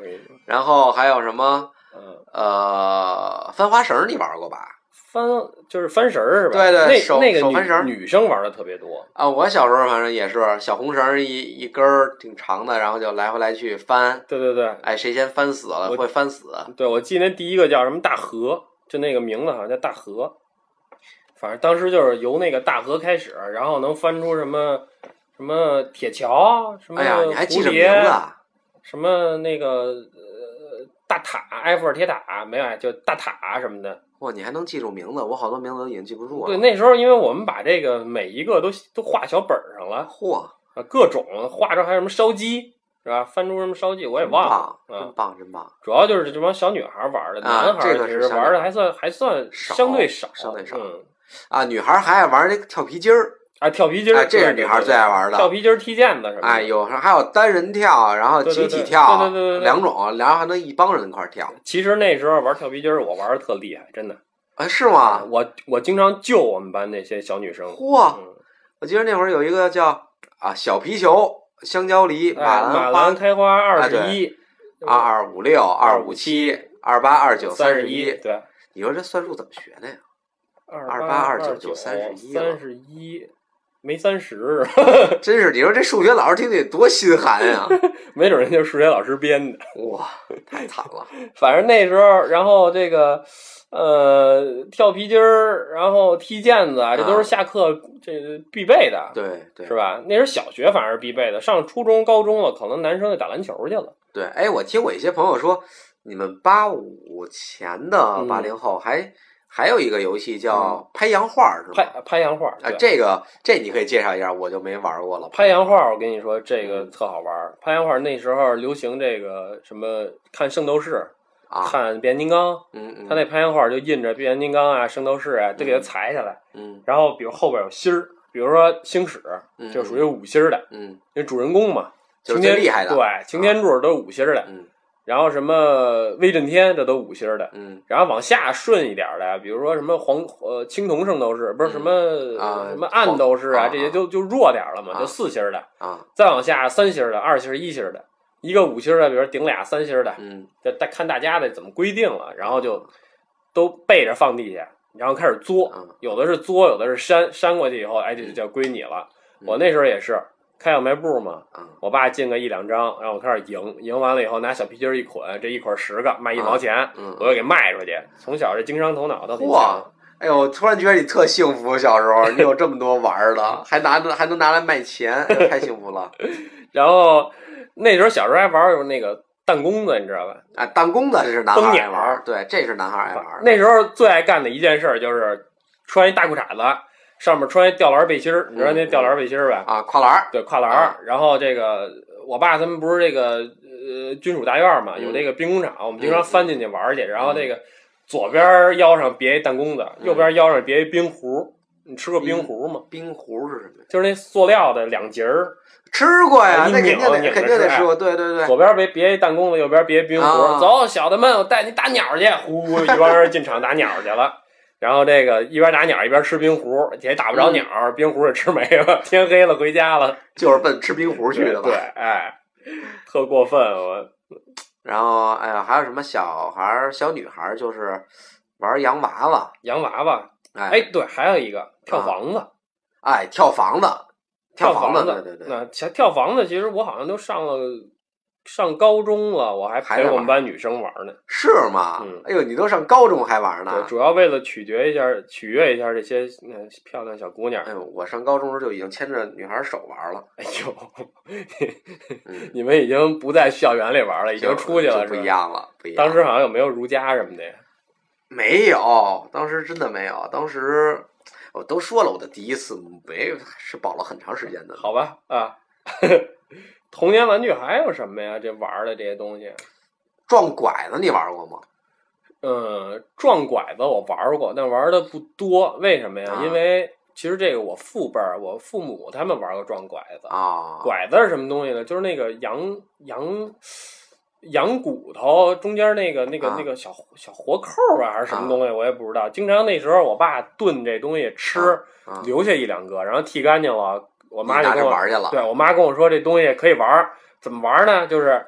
[SPEAKER 4] 然后还有什么？
[SPEAKER 3] 嗯，
[SPEAKER 4] 呃，翻花绳你玩过吧？
[SPEAKER 3] 翻就是翻绳是吧？
[SPEAKER 4] 对对，
[SPEAKER 3] 那
[SPEAKER 4] 手
[SPEAKER 3] 那个女
[SPEAKER 4] 手翻绳，
[SPEAKER 3] 女生玩的特别多
[SPEAKER 4] 啊。我小时候反正也是小红绳一一根儿挺长的，然后就来回来去翻。
[SPEAKER 3] 对对对，
[SPEAKER 4] 哎，谁先翻死了会翻死。
[SPEAKER 3] 对，我记得那第一个叫什么大河，就那个名字好像叫大河。反正当时就是由那个大河开始，然后能翻出什么什么铁桥，什么
[SPEAKER 4] 哎呀，你还记着
[SPEAKER 3] 蝴蝶，
[SPEAKER 4] 名字啊？
[SPEAKER 3] 什么那个呃大塔，埃菲尔铁塔没有，就大塔什么的。
[SPEAKER 4] 哇，你还能记住名字？我好多名字都已经记不住了。
[SPEAKER 3] 对，那时候因为我们把这个每一个都都画小本上了，
[SPEAKER 4] 嚯
[SPEAKER 3] 啊，各种画着还有什么烧鸡是吧？翻出什么烧鸡我也忘了，
[SPEAKER 4] 真棒，真棒，真棒。
[SPEAKER 3] 主要就是这帮小女孩玩的，
[SPEAKER 4] 啊、
[SPEAKER 3] 男孩
[SPEAKER 4] 这个
[SPEAKER 3] 其实玩的还算还算相对少，
[SPEAKER 4] 相对少。
[SPEAKER 3] 嗯
[SPEAKER 4] 啊，女孩还爱玩这个跳皮筋儿。
[SPEAKER 3] 啊，跳皮筋儿，
[SPEAKER 4] 哎，这是女孩最爱玩的。
[SPEAKER 3] 跳皮筋儿、踢毽子什么的。
[SPEAKER 4] 哎，有还有单人跳，然后集体跳，
[SPEAKER 3] 对对对对
[SPEAKER 4] 两种，然后还能一帮人一块跳。
[SPEAKER 3] 其实那时候玩跳皮筋儿，我玩的特厉害，真的。
[SPEAKER 4] 啊，是吗？
[SPEAKER 3] 我我经常救我们班那些小女生。
[SPEAKER 4] 嚯！
[SPEAKER 3] 嗯、
[SPEAKER 4] 我记得那会儿有一个叫啊小皮球、香蕉梨、
[SPEAKER 3] 哎、
[SPEAKER 4] 马兰
[SPEAKER 3] 马兰开花二十一，
[SPEAKER 4] 二二五六、二五七、二八、二九、三十
[SPEAKER 3] 一。对，
[SPEAKER 4] 你说这算术怎么学的呀？
[SPEAKER 3] 二
[SPEAKER 4] 八、二
[SPEAKER 3] 九
[SPEAKER 4] 九、三十一，
[SPEAKER 3] 三十一。没三十，
[SPEAKER 4] 真是你说这数学老师听得多心寒呀！
[SPEAKER 3] 没准人家数学老师编的，
[SPEAKER 4] 哇，太惨了。
[SPEAKER 3] 反正那时候，然后这个呃跳皮筋儿，然后踢毽子啊，这都是下课这个必备的，
[SPEAKER 4] 对对，
[SPEAKER 3] 是吧？那时候小学反而是必备的，上初中、高中了，可能男生就打篮球去了。
[SPEAKER 4] 对，哎，我听我一些朋友说，你们八五前的八零后还。嗯还有一个游戏叫拍洋画，是吧？
[SPEAKER 3] 拍拍洋画
[SPEAKER 4] 啊，这个这你可以介绍一下，我就没玩过了。
[SPEAKER 3] 拍洋画，我跟你说，这个特好玩。拍洋画那时候流行这个什么，看圣斗士
[SPEAKER 4] 啊，
[SPEAKER 3] 看变形金刚，
[SPEAKER 4] 嗯嗯，
[SPEAKER 3] 他那拍洋画就印着变形金刚啊、圣斗士啊，都给它裁下来，
[SPEAKER 4] 嗯，
[SPEAKER 3] 然后比如后边有芯儿，比如说星矢，
[SPEAKER 4] 嗯、
[SPEAKER 3] 就属于五芯的，
[SPEAKER 4] 嗯，
[SPEAKER 3] 那主人公嘛，
[SPEAKER 4] 就是最厉害的，
[SPEAKER 3] 对，擎天柱都是五芯的，
[SPEAKER 4] 嗯。
[SPEAKER 3] 然后什么威震天这都五星的，
[SPEAKER 4] 嗯，
[SPEAKER 3] 然后往下顺一点的，比如说什么黄呃青铜圣斗士，不是什么、
[SPEAKER 4] 嗯啊、
[SPEAKER 3] 什么暗斗士啊，
[SPEAKER 4] 啊
[SPEAKER 3] 这些就就弱点了嘛，
[SPEAKER 4] 啊、
[SPEAKER 3] 就四星的
[SPEAKER 4] 啊。
[SPEAKER 3] 再往下三星的、二星、一星的，一个五星的，比如说顶俩三星的，
[SPEAKER 4] 嗯，
[SPEAKER 3] 这看大家的怎么规定了，然后就都背着放地下，然后开始作，
[SPEAKER 4] 嗯、
[SPEAKER 3] 有的是作，有的是扇，扇过去以后，哎，这就叫归你了。
[SPEAKER 4] 嗯、
[SPEAKER 3] 我那时候也是。开小卖部嘛，
[SPEAKER 4] 嗯、
[SPEAKER 3] 我爸进个一两张，然后我开始赢，赢完了以后拿小皮筋一捆，这一捆十个，卖一毛钱，
[SPEAKER 4] 嗯、
[SPEAKER 3] 我就给卖出去。从小这经商头脑倒挺
[SPEAKER 4] 强。哎呦，突然觉得你特幸福，小时候你有这么多玩的，还拿还能拿来卖钱，太幸福了。
[SPEAKER 3] 然后那时候小时候还玩有那个弹弓子，你知道吧？
[SPEAKER 4] 啊，弹弓子这是男孩爱玩，对，这是男孩爱玩。
[SPEAKER 3] 那时候最爱干的一件事就是穿一大裤衩子。上面穿一吊篮背心儿，你知道那吊篮背心儿吧？
[SPEAKER 4] 啊，跨栏，
[SPEAKER 3] 对，跨栏。
[SPEAKER 4] 啊、
[SPEAKER 3] 然后这个我爸他们不是这个呃军属大院嘛，
[SPEAKER 4] 嗯、
[SPEAKER 3] 有这个兵工厂，我们经常翻进去玩去。嗯、然后这个左边腰上别一弹弓子，
[SPEAKER 4] 嗯、
[SPEAKER 3] 右边腰上别一冰壶。你吃过冰壶吗？
[SPEAKER 4] 冰壶是什么？
[SPEAKER 3] 就是那塑料的两节儿。
[SPEAKER 4] 吃过呀，那肯定
[SPEAKER 3] 得
[SPEAKER 4] 肯定得吃过。对对对，
[SPEAKER 3] 左边别别一弹弓子，右边别一冰壶。
[SPEAKER 4] 啊、
[SPEAKER 3] 走，小的们，我带你打鸟去。呼，一帮人进场打鸟去了。然后这个一边打鸟一边吃冰壶，也打不着鸟，嗯、冰壶也吃没了。天黑了回家了，
[SPEAKER 4] 就是奔吃冰壶去的吧？
[SPEAKER 3] 对，哎，特过分我。
[SPEAKER 4] 然后哎呀，还有什么小孩小女孩就是玩洋娃娃，
[SPEAKER 3] 洋娃娃，
[SPEAKER 4] 哎
[SPEAKER 3] 哎，对，还有一个跳房子，
[SPEAKER 4] 啊、哎，跳房子，
[SPEAKER 3] 跳
[SPEAKER 4] 房
[SPEAKER 3] 子，
[SPEAKER 4] 对对对。
[SPEAKER 3] 那跳房子，其实我好像都上了。上高中了，我还陪我们班女生玩呢。
[SPEAKER 4] 是吗？
[SPEAKER 3] 嗯，
[SPEAKER 4] 哎呦，你都上高中还玩呢？
[SPEAKER 3] 对，主要为了取决一下、取悦一下这些嗯漂亮小姑娘。
[SPEAKER 4] 哎呦，我上高中时候就已经牵着女孩手玩了。
[SPEAKER 3] 哎呦，嗯、你们已经不在校园里玩了，已经出去了，
[SPEAKER 4] 不一样了，不一样。
[SPEAKER 3] 当时好像有没有儒家什么的呀？
[SPEAKER 4] 没有，当时真的没有。当时我都说了，我的第一次没是保了很长时间的。
[SPEAKER 3] 好吧，啊。童年玩具还有什么呀？这玩的这些东西，
[SPEAKER 4] 撞拐子你玩过吗？
[SPEAKER 3] 嗯，撞拐子我玩过，但玩的不多。为什么呀？
[SPEAKER 4] 啊、
[SPEAKER 3] 因为其实这个我父辈儿，我父母他们玩过撞拐子
[SPEAKER 4] 啊。
[SPEAKER 3] 拐子是什么东西呢？就是那个羊羊羊骨头中间那个那个、
[SPEAKER 4] 啊、
[SPEAKER 3] 那个小小活扣啊，还是什么东西，我也不知道。经常那时候我爸炖这东西吃，
[SPEAKER 4] 啊、
[SPEAKER 3] 留下一两个，然后剃干净了。我妈就跟我
[SPEAKER 4] 玩去了，
[SPEAKER 3] 对我妈跟我说这东西可以玩，怎么玩呢？就是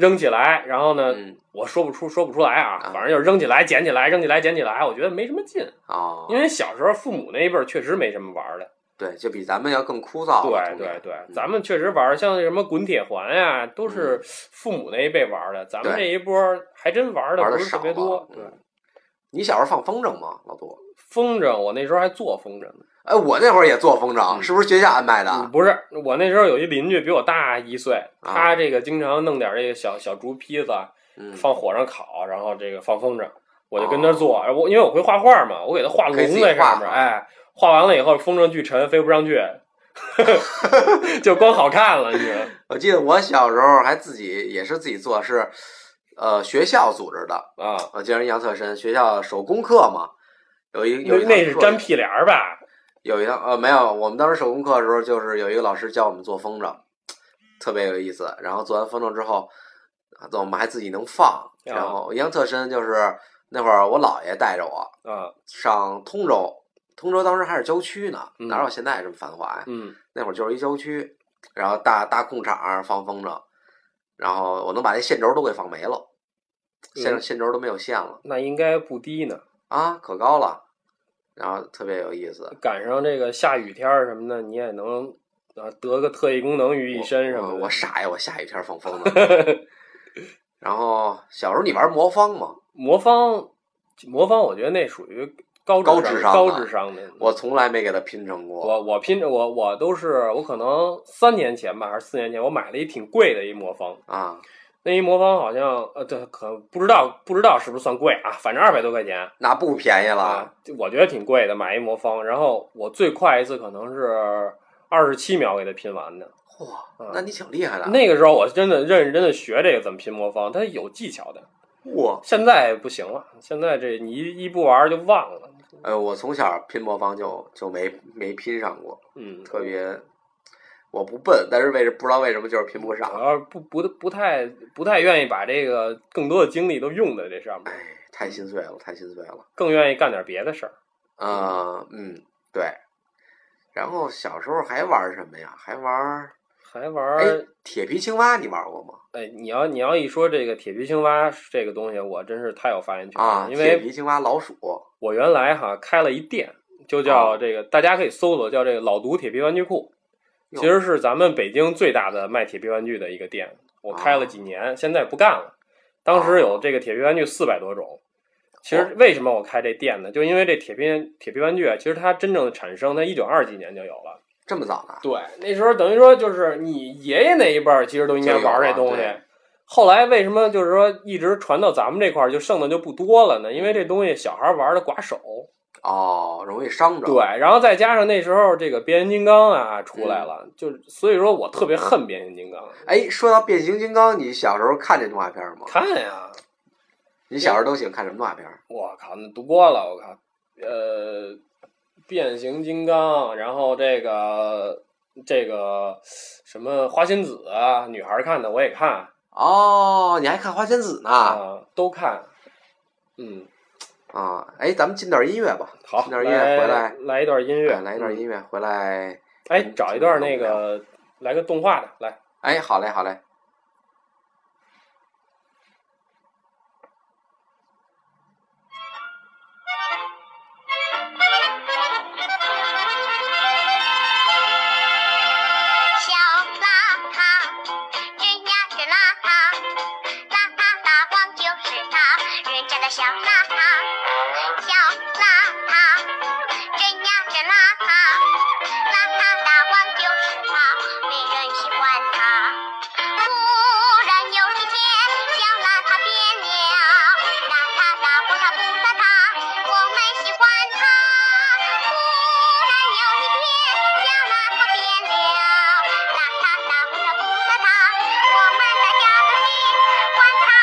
[SPEAKER 3] 扔起来，然后呢，
[SPEAKER 4] 嗯
[SPEAKER 3] 我说不出说不出来啊，
[SPEAKER 4] 啊
[SPEAKER 3] 反正就是扔起来、捡起来、扔起来、捡起来，我觉得没什么劲。
[SPEAKER 4] 哦，
[SPEAKER 3] 因为小时候父母那一辈儿确实没什么玩的。
[SPEAKER 4] 对，就比咱们要更枯燥。
[SPEAKER 3] 对对对，
[SPEAKER 4] 嗯、
[SPEAKER 3] 咱们确实玩像什么滚铁环呀，都是父母那一辈玩的，咱们这一波还真玩的不是特别多。对，
[SPEAKER 4] 你小时候放风筝吗，老杜？
[SPEAKER 3] 风筝，我那时候还做风筝呢。
[SPEAKER 4] 哎，我那会儿也做风筝，
[SPEAKER 3] 嗯、
[SPEAKER 4] 是不是学校安排的、
[SPEAKER 3] 嗯？不是，我那时候有一邻居比我大一岁，
[SPEAKER 4] 啊、
[SPEAKER 3] 他这个经常弄点这个小小竹坯子，
[SPEAKER 4] 嗯、
[SPEAKER 3] 放火上烤，然后这个放风筝，我就跟他做。哦、我因为我会画画嘛，我给他画龙在上面，哎，画完了以后风筝巨沉，飞不上去。就光好看了，你知道？
[SPEAKER 4] 我记得我小时候还自己也是自己做，是呃学校组织的
[SPEAKER 3] 啊。
[SPEAKER 4] 我记得印象特深，学校手工课嘛，有一有一
[SPEAKER 3] 那是粘屁帘吧？
[SPEAKER 4] 有一堂呃没有，我们当时手工课的时候，就是有一个老师教我们做风筝，特别有意思。然后做完风筝之后，我们还自己能放。然后印象特深就是那会儿我姥爷带着我
[SPEAKER 3] 啊
[SPEAKER 4] 上通州。通州当时还是郊区呢，
[SPEAKER 3] 嗯、
[SPEAKER 4] 哪有现在这么繁华呀？
[SPEAKER 3] 嗯，
[SPEAKER 4] 那会儿就是一郊区，然后大大空场放风筝，然后我能把那线轴都给放没了，线、嗯、线轴都没有线了。
[SPEAKER 3] 那应该不低呢。
[SPEAKER 4] 啊，可高了，然后特别有意思。
[SPEAKER 3] 赶上这个下雨天什么的，你也能啊得个特异功能于一身什么的。
[SPEAKER 4] 我, 我, 我傻呀，我下雨天放风筝。然后小时候你玩魔方吗？
[SPEAKER 3] 魔方，魔方，我觉得那属于。高智
[SPEAKER 4] 商，
[SPEAKER 3] 高智商的，
[SPEAKER 4] 我从来没给他拼成过。
[SPEAKER 3] 我我拼我我都是我可能三年前吧，还是四年前，我买了一挺贵的一魔方
[SPEAKER 4] 啊。
[SPEAKER 3] 那一魔方好像呃，对，可不知道不知道是不是算贵啊，反正二百多块钱，
[SPEAKER 4] 那不便宜了。
[SPEAKER 3] 啊、我觉得挺贵的，买一魔方，然后我最快一次可能是二十七秒给它拼完的。
[SPEAKER 4] 嚯、啊，那你挺厉害的。
[SPEAKER 3] 那个时候我真的认认真的学这个怎么拼魔方，它有技巧的。
[SPEAKER 4] 哇，
[SPEAKER 3] 现在不行了，现在这你一一不玩就忘了。
[SPEAKER 4] 呃，我从小拼魔方就就没没拼上过，
[SPEAKER 3] 嗯，
[SPEAKER 4] 特别我不笨，但是为什不知道为什么就是拼不上，
[SPEAKER 3] 主要不不不太不太愿意把这个更多的精力都用在这上面，
[SPEAKER 4] 哎，太心碎了，太心碎了，
[SPEAKER 3] 更愿意干点别的事儿。
[SPEAKER 4] 呃，嗯，对。然后小时候还玩什么呀？还玩
[SPEAKER 3] 还玩
[SPEAKER 4] 哎，铁皮青蛙，你玩过吗？
[SPEAKER 3] 哎，你要你要一说这个铁皮青蛙这个东西，我真是太有发言权了
[SPEAKER 4] 啊！
[SPEAKER 3] 因为
[SPEAKER 4] 铁皮青蛙老鼠，
[SPEAKER 3] 我原来哈开了一店，就叫这个，
[SPEAKER 4] 哦、
[SPEAKER 3] 大家可以搜索叫这个老毒铁皮玩具库，其实是咱们北京最大的卖铁皮玩具的一个店。我开了几年，啊、现在不干了。当时有这个铁皮玩具四百多种。其实为什么我开这店呢？就因为这铁皮铁皮玩具啊，其实它真正的产生，它一九二几年就有了。
[SPEAKER 4] 这么早呢？
[SPEAKER 3] 对，那时候等于说就是你爷爷那一辈儿，其实都应该玩这东西。后来为什么就是说一直传到咱们这块儿，就剩的就不多了呢？因为这东西小孩玩的刮手，
[SPEAKER 4] 哦，容易伤着。
[SPEAKER 3] 对，然后再加上那时候这个变形金刚啊出来了，嗯、就所以说我特别恨变形金刚。
[SPEAKER 4] 哎，说到变形金刚，你小时候看这动画片吗？
[SPEAKER 3] 看呀。
[SPEAKER 4] 你小时候都喜欢看什么动画片？
[SPEAKER 3] 我靠，那多了，我靠，呃。变形金刚，然后这个这个什么花仙子啊，女孩看的我也看。
[SPEAKER 4] 哦，你还看花仙子呢？
[SPEAKER 3] 啊，都看。嗯。
[SPEAKER 4] 啊，哎，咱们进段音乐吧。
[SPEAKER 3] 好，
[SPEAKER 4] 进段音乐回来，
[SPEAKER 3] 来一段音乐，
[SPEAKER 4] 来一段音乐、嗯、回来。
[SPEAKER 3] 哎，找一段那个，来个动画的，来。
[SPEAKER 4] 哎，好嘞，好嘞。
[SPEAKER 1] 小邋遢，小邋遢，真呀真邋遢，邋遢大王就是他，没人喜欢他。突然有一天，小邋遢变了，邋遢大王他不邋遢，我们喜欢他。突然有一天，小邋遢变了，邋遢大王他不邋遢，我们大家都喜欢他。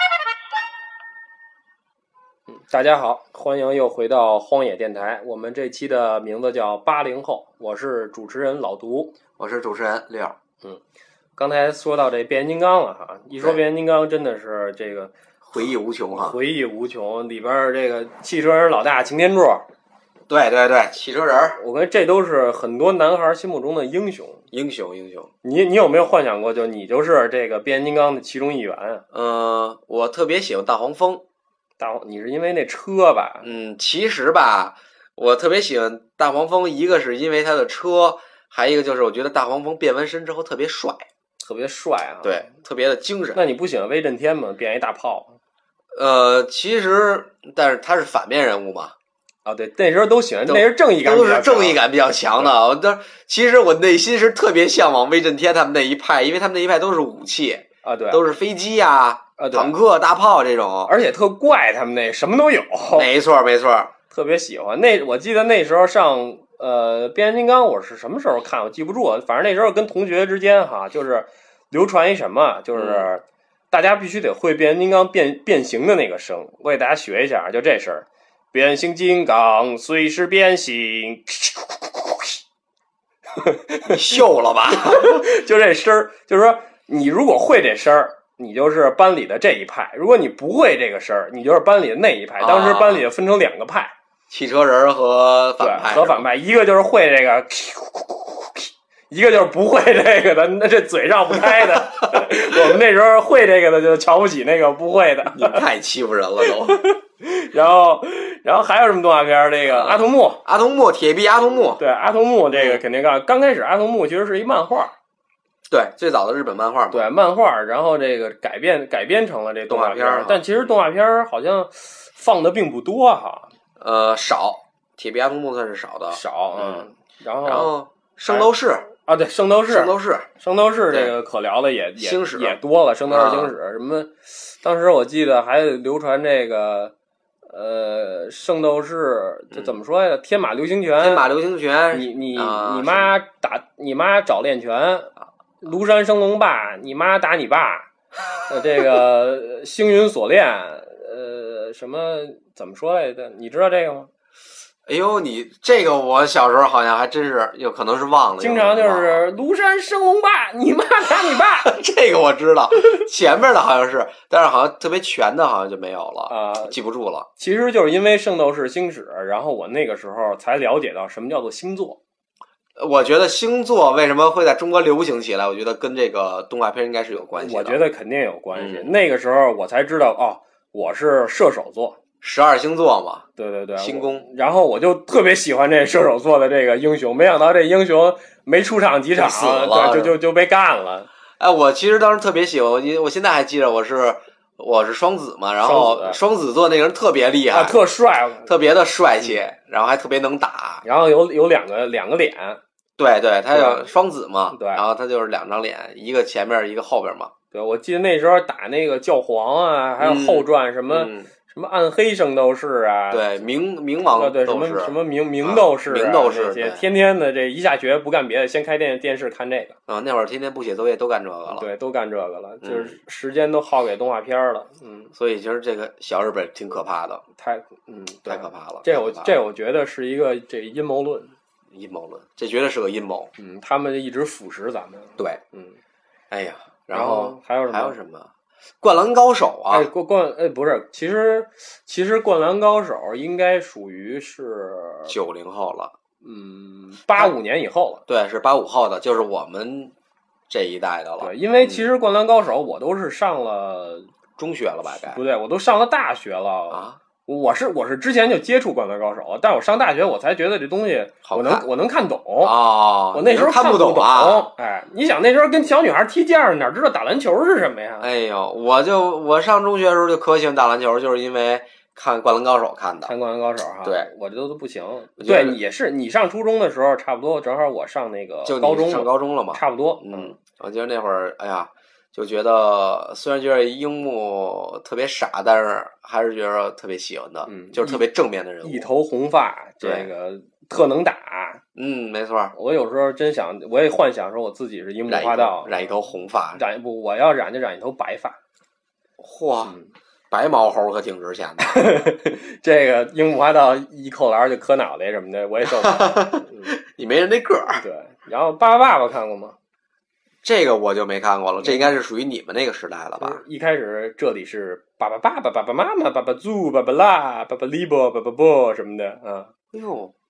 [SPEAKER 3] 大家好，欢迎又回到荒野电台。我们这期的名字叫八零后，我是主持人老毒，
[SPEAKER 4] 我是主持人六。
[SPEAKER 3] 嗯，刚才说到这变形金刚了哈，一说变形金刚真的是这个
[SPEAKER 4] 回忆无穷哈，
[SPEAKER 3] 回忆无穷。里边这个汽车人老大擎天柱，
[SPEAKER 4] 对对对，汽车人儿，
[SPEAKER 3] 我感觉这都是很多男孩心目中的英雄。
[SPEAKER 4] 英雄英雄。
[SPEAKER 3] 你你有没有幻想过，就你就是这个变形金刚的其中一员啊？
[SPEAKER 4] 嗯，我特别喜欢大黄蜂。
[SPEAKER 3] 大黄，你是因为那车吧？
[SPEAKER 4] 嗯，其实吧，我特别喜欢大黄蜂，一个是因为它的车，还一个就是我觉得大黄蜂变完身之后特别帅，
[SPEAKER 3] 特别帅啊！
[SPEAKER 4] 对，特别的精神。
[SPEAKER 3] 那你不喜欢威震天吗？变一大炮？
[SPEAKER 4] 呃，其实，但是他是反面人物嘛。
[SPEAKER 3] 啊，对，那时候都喜欢，那时候正义感
[SPEAKER 4] 都是正义感比较强的。我都其实我内心是特别向往威震天他们那一派，因为他们那一派都是武器
[SPEAKER 3] 啊，对，
[SPEAKER 4] 都是飞机呀、
[SPEAKER 3] 啊、
[SPEAKER 4] 坦克、大炮这种，
[SPEAKER 3] 而且特怪，他们那什么都有。
[SPEAKER 4] 没错，没错，
[SPEAKER 3] 特别喜欢。那我记得那时候上呃变形金刚，我是什么时候看？我记不住，反正那时候跟同学之间哈，就是流传一什么，就是。嗯大家必须得会变形金刚变变形的那个声，我给大家学一下，就这声儿，变形金刚随时变形，
[SPEAKER 4] 秀了吧？
[SPEAKER 3] 就这声儿，就是说你如果会这声儿，你就是班里的这一派；如果你不会这个声儿，你就是班里的那一派。当时班里分成两个派，
[SPEAKER 4] 汽车人和反派，
[SPEAKER 3] 和反派，一个就是会这个。一个就是不会这个的，那这嘴绕不开的。我们那时候会这个的就瞧不起那个不会的。
[SPEAKER 4] 你太欺负人了都。
[SPEAKER 3] 然后，然后还有什么动画片？这个阿童木，
[SPEAKER 4] 阿童木，铁臂阿童木。
[SPEAKER 3] 对，阿童木这个肯定刚刚开始，阿童木其实是一漫画。
[SPEAKER 4] 对，最早的日本漫画嘛。
[SPEAKER 3] 对，漫画，然后这个改编改编成了这动画片，但其实动画片好像放的并不多哈。
[SPEAKER 4] 呃，少，铁臂阿童木算是少的，
[SPEAKER 3] 少，嗯。然后，
[SPEAKER 4] 然后圣斗士。
[SPEAKER 3] 啊，对，圣斗士，
[SPEAKER 4] 圣斗士，
[SPEAKER 3] 圣斗士这个可聊的也也
[SPEAKER 4] 星矢
[SPEAKER 3] 也多了，圣斗士星矢、啊、什么？当时我记得还流传这个，呃，圣斗士这怎么说呀？天马流星拳，
[SPEAKER 4] 天马流星拳，
[SPEAKER 3] 你你、
[SPEAKER 4] 啊、
[SPEAKER 3] 你妈打你妈找练拳，庐山升龙霸，你妈打你爸，呃，这个星云锁链，呃，什么怎么说来着？你知道这个吗？
[SPEAKER 4] 哎呦，你这个我小时候好像还真是有可能是忘了，
[SPEAKER 3] 经常就是庐山升龙霸，你妈打你爸，
[SPEAKER 4] 这个我知道，前面的好像是，但是好像特别全的，好像就没有了
[SPEAKER 3] 啊、呃，
[SPEAKER 4] 记不住了。
[SPEAKER 3] 其实就是因为圣斗士星矢，然后我那个时候才了解到什么叫做星座。
[SPEAKER 4] 我觉得星座为什么会在中国流行起来，我觉得跟这个动画片应该是有关系的。
[SPEAKER 3] 我觉得肯定有关系。
[SPEAKER 4] 嗯、
[SPEAKER 3] 那个时候我才知道，哦，我是射手座。
[SPEAKER 4] 十二星座嘛，
[SPEAKER 3] 对对对，
[SPEAKER 4] 星宫。
[SPEAKER 3] 然后我就特别喜欢这射手座的这个英雄，没想到这英雄没出场几场，
[SPEAKER 4] 死了，
[SPEAKER 3] 对，就就就被干了。
[SPEAKER 4] 哎，我其实当时特别喜欢，我我现在还记得我是我是双子嘛，然后双子座那个人特别厉害，
[SPEAKER 3] 啊、特帅，
[SPEAKER 4] 特别的帅气、嗯，然后还特别能打，
[SPEAKER 3] 然后有有两个两个脸，
[SPEAKER 4] 对对，他叫双子嘛，
[SPEAKER 3] 对，
[SPEAKER 4] 然后他就是两张脸，一个前面一个后边嘛。
[SPEAKER 3] 对，我记得那时候打那个教皇啊，还有后传什么。
[SPEAKER 4] 嗯嗯
[SPEAKER 3] 什么暗黑圣斗士啊，
[SPEAKER 4] 对，冥冥王
[SPEAKER 3] 对什么什么冥冥斗士、啊，
[SPEAKER 4] 冥斗士，
[SPEAKER 3] 天天的这一下学不干别的，先开电电视看这个
[SPEAKER 4] 啊。那会儿天天不写作业都干这个了，
[SPEAKER 3] 对，都干这个了，嗯、就是时间都耗给动画片了。嗯，
[SPEAKER 4] 所以其实这个小日本挺可怕的，
[SPEAKER 3] 太嗯
[SPEAKER 4] 太可怕了。
[SPEAKER 3] 这我这我觉得是一个这阴谋论，
[SPEAKER 4] 阴谋论，这绝对是个阴谋。
[SPEAKER 3] 嗯，他们一直腐蚀咱们。
[SPEAKER 4] 对，
[SPEAKER 3] 嗯，
[SPEAKER 4] 哎呀，
[SPEAKER 3] 然后还有什么？
[SPEAKER 4] 还有什么？灌篮高手啊，
[SPEAKER 3] 哎，灌灌哎不是，其实其实灌篮高手应该属于是
[SPEAKER 4] 九零后了，
[SPEAKER 3] 嗯，八五年以后了，
[SPEAKER 4] 对，是八五后的，就是我们这一代的了。
[SPEAKER 3] 对，因为其实灌篮高手我都是上了
[SPEAKER 4] 中学了吧？该
[SPEAKER 3] 不对，我都上了大学了
[SPEAKER 4] 啊。
[SPEAKER 3] 我是我是之前就接触灌篮高手，但我上大学我才觉得这东西我能我能看懂
[SPEAKER 4] 哦。
[SPEAKER 3] 我那时候
[SPEAKER 4] 看
[SPEAKER 3] 不
[SPEAKER 4] 懂啊。
[SPEAKER 3] 哎，你想那时候跟小女孩踢毽儿，哪知道打篮球是什么呀？
[SPEAKER 4] 哎呦，我就我上中学的时候就可喜欢打篮球，就是因为看灌篮高手看的。
[SPEAKER 3] 看灌篮高手哈，
[SPEAKER 4] 对，
[SPEAKER 3] 我这都不行。对，也是你上初中的时候差不多，正好我上那个高中
[SPEAKER 4] 上高中了嘛，
[SPEAKER 3] 差不多。
[SPEAKER 4] 嗯，我记得那会儿，哎呀。就觉得虽然觉得樱木特别傻，但是还是觉得特别喜欢的，
[SPEAKER 3] 嗯，
[SPEAKER 4] 就是特别正面的人物，
[SPEAKER 3] 一头红发，这个特能打，
[SPEAKER 4] 嗯，没错。
[SPEAKER 3] 我有时候真想，我也幻想说我自己是樱木花道，
[SPEAKER 4] 染一头红发，
[SPEAKER 3] 染不，我要染就染一头白发。
[SPEAKER 4] 嚯，
[SPEAKER 3] 嗯、
[SPEAKER 4] 白毛猴可挺值钱的。
[SPEAKER 3] 这个樱木花道一扣篮就磕脑袋什么的，我也受不了。嗯、
[SPEAKER 4] 你没人那个儿。
[SPEAKER 3] 对，然后巴巴爸爸看过吗？
[SPEAKER 4] 这个我就没看过了，这应该是属于你们那个时代了吧？
[SPEAKER 3] 一开始这里是爸爸爸爸、爸爸妈妈、爸爸猪、爸爸辣、爸爸利波、爸爸波什么的啊。
[SPEAKER 4] 哎呦，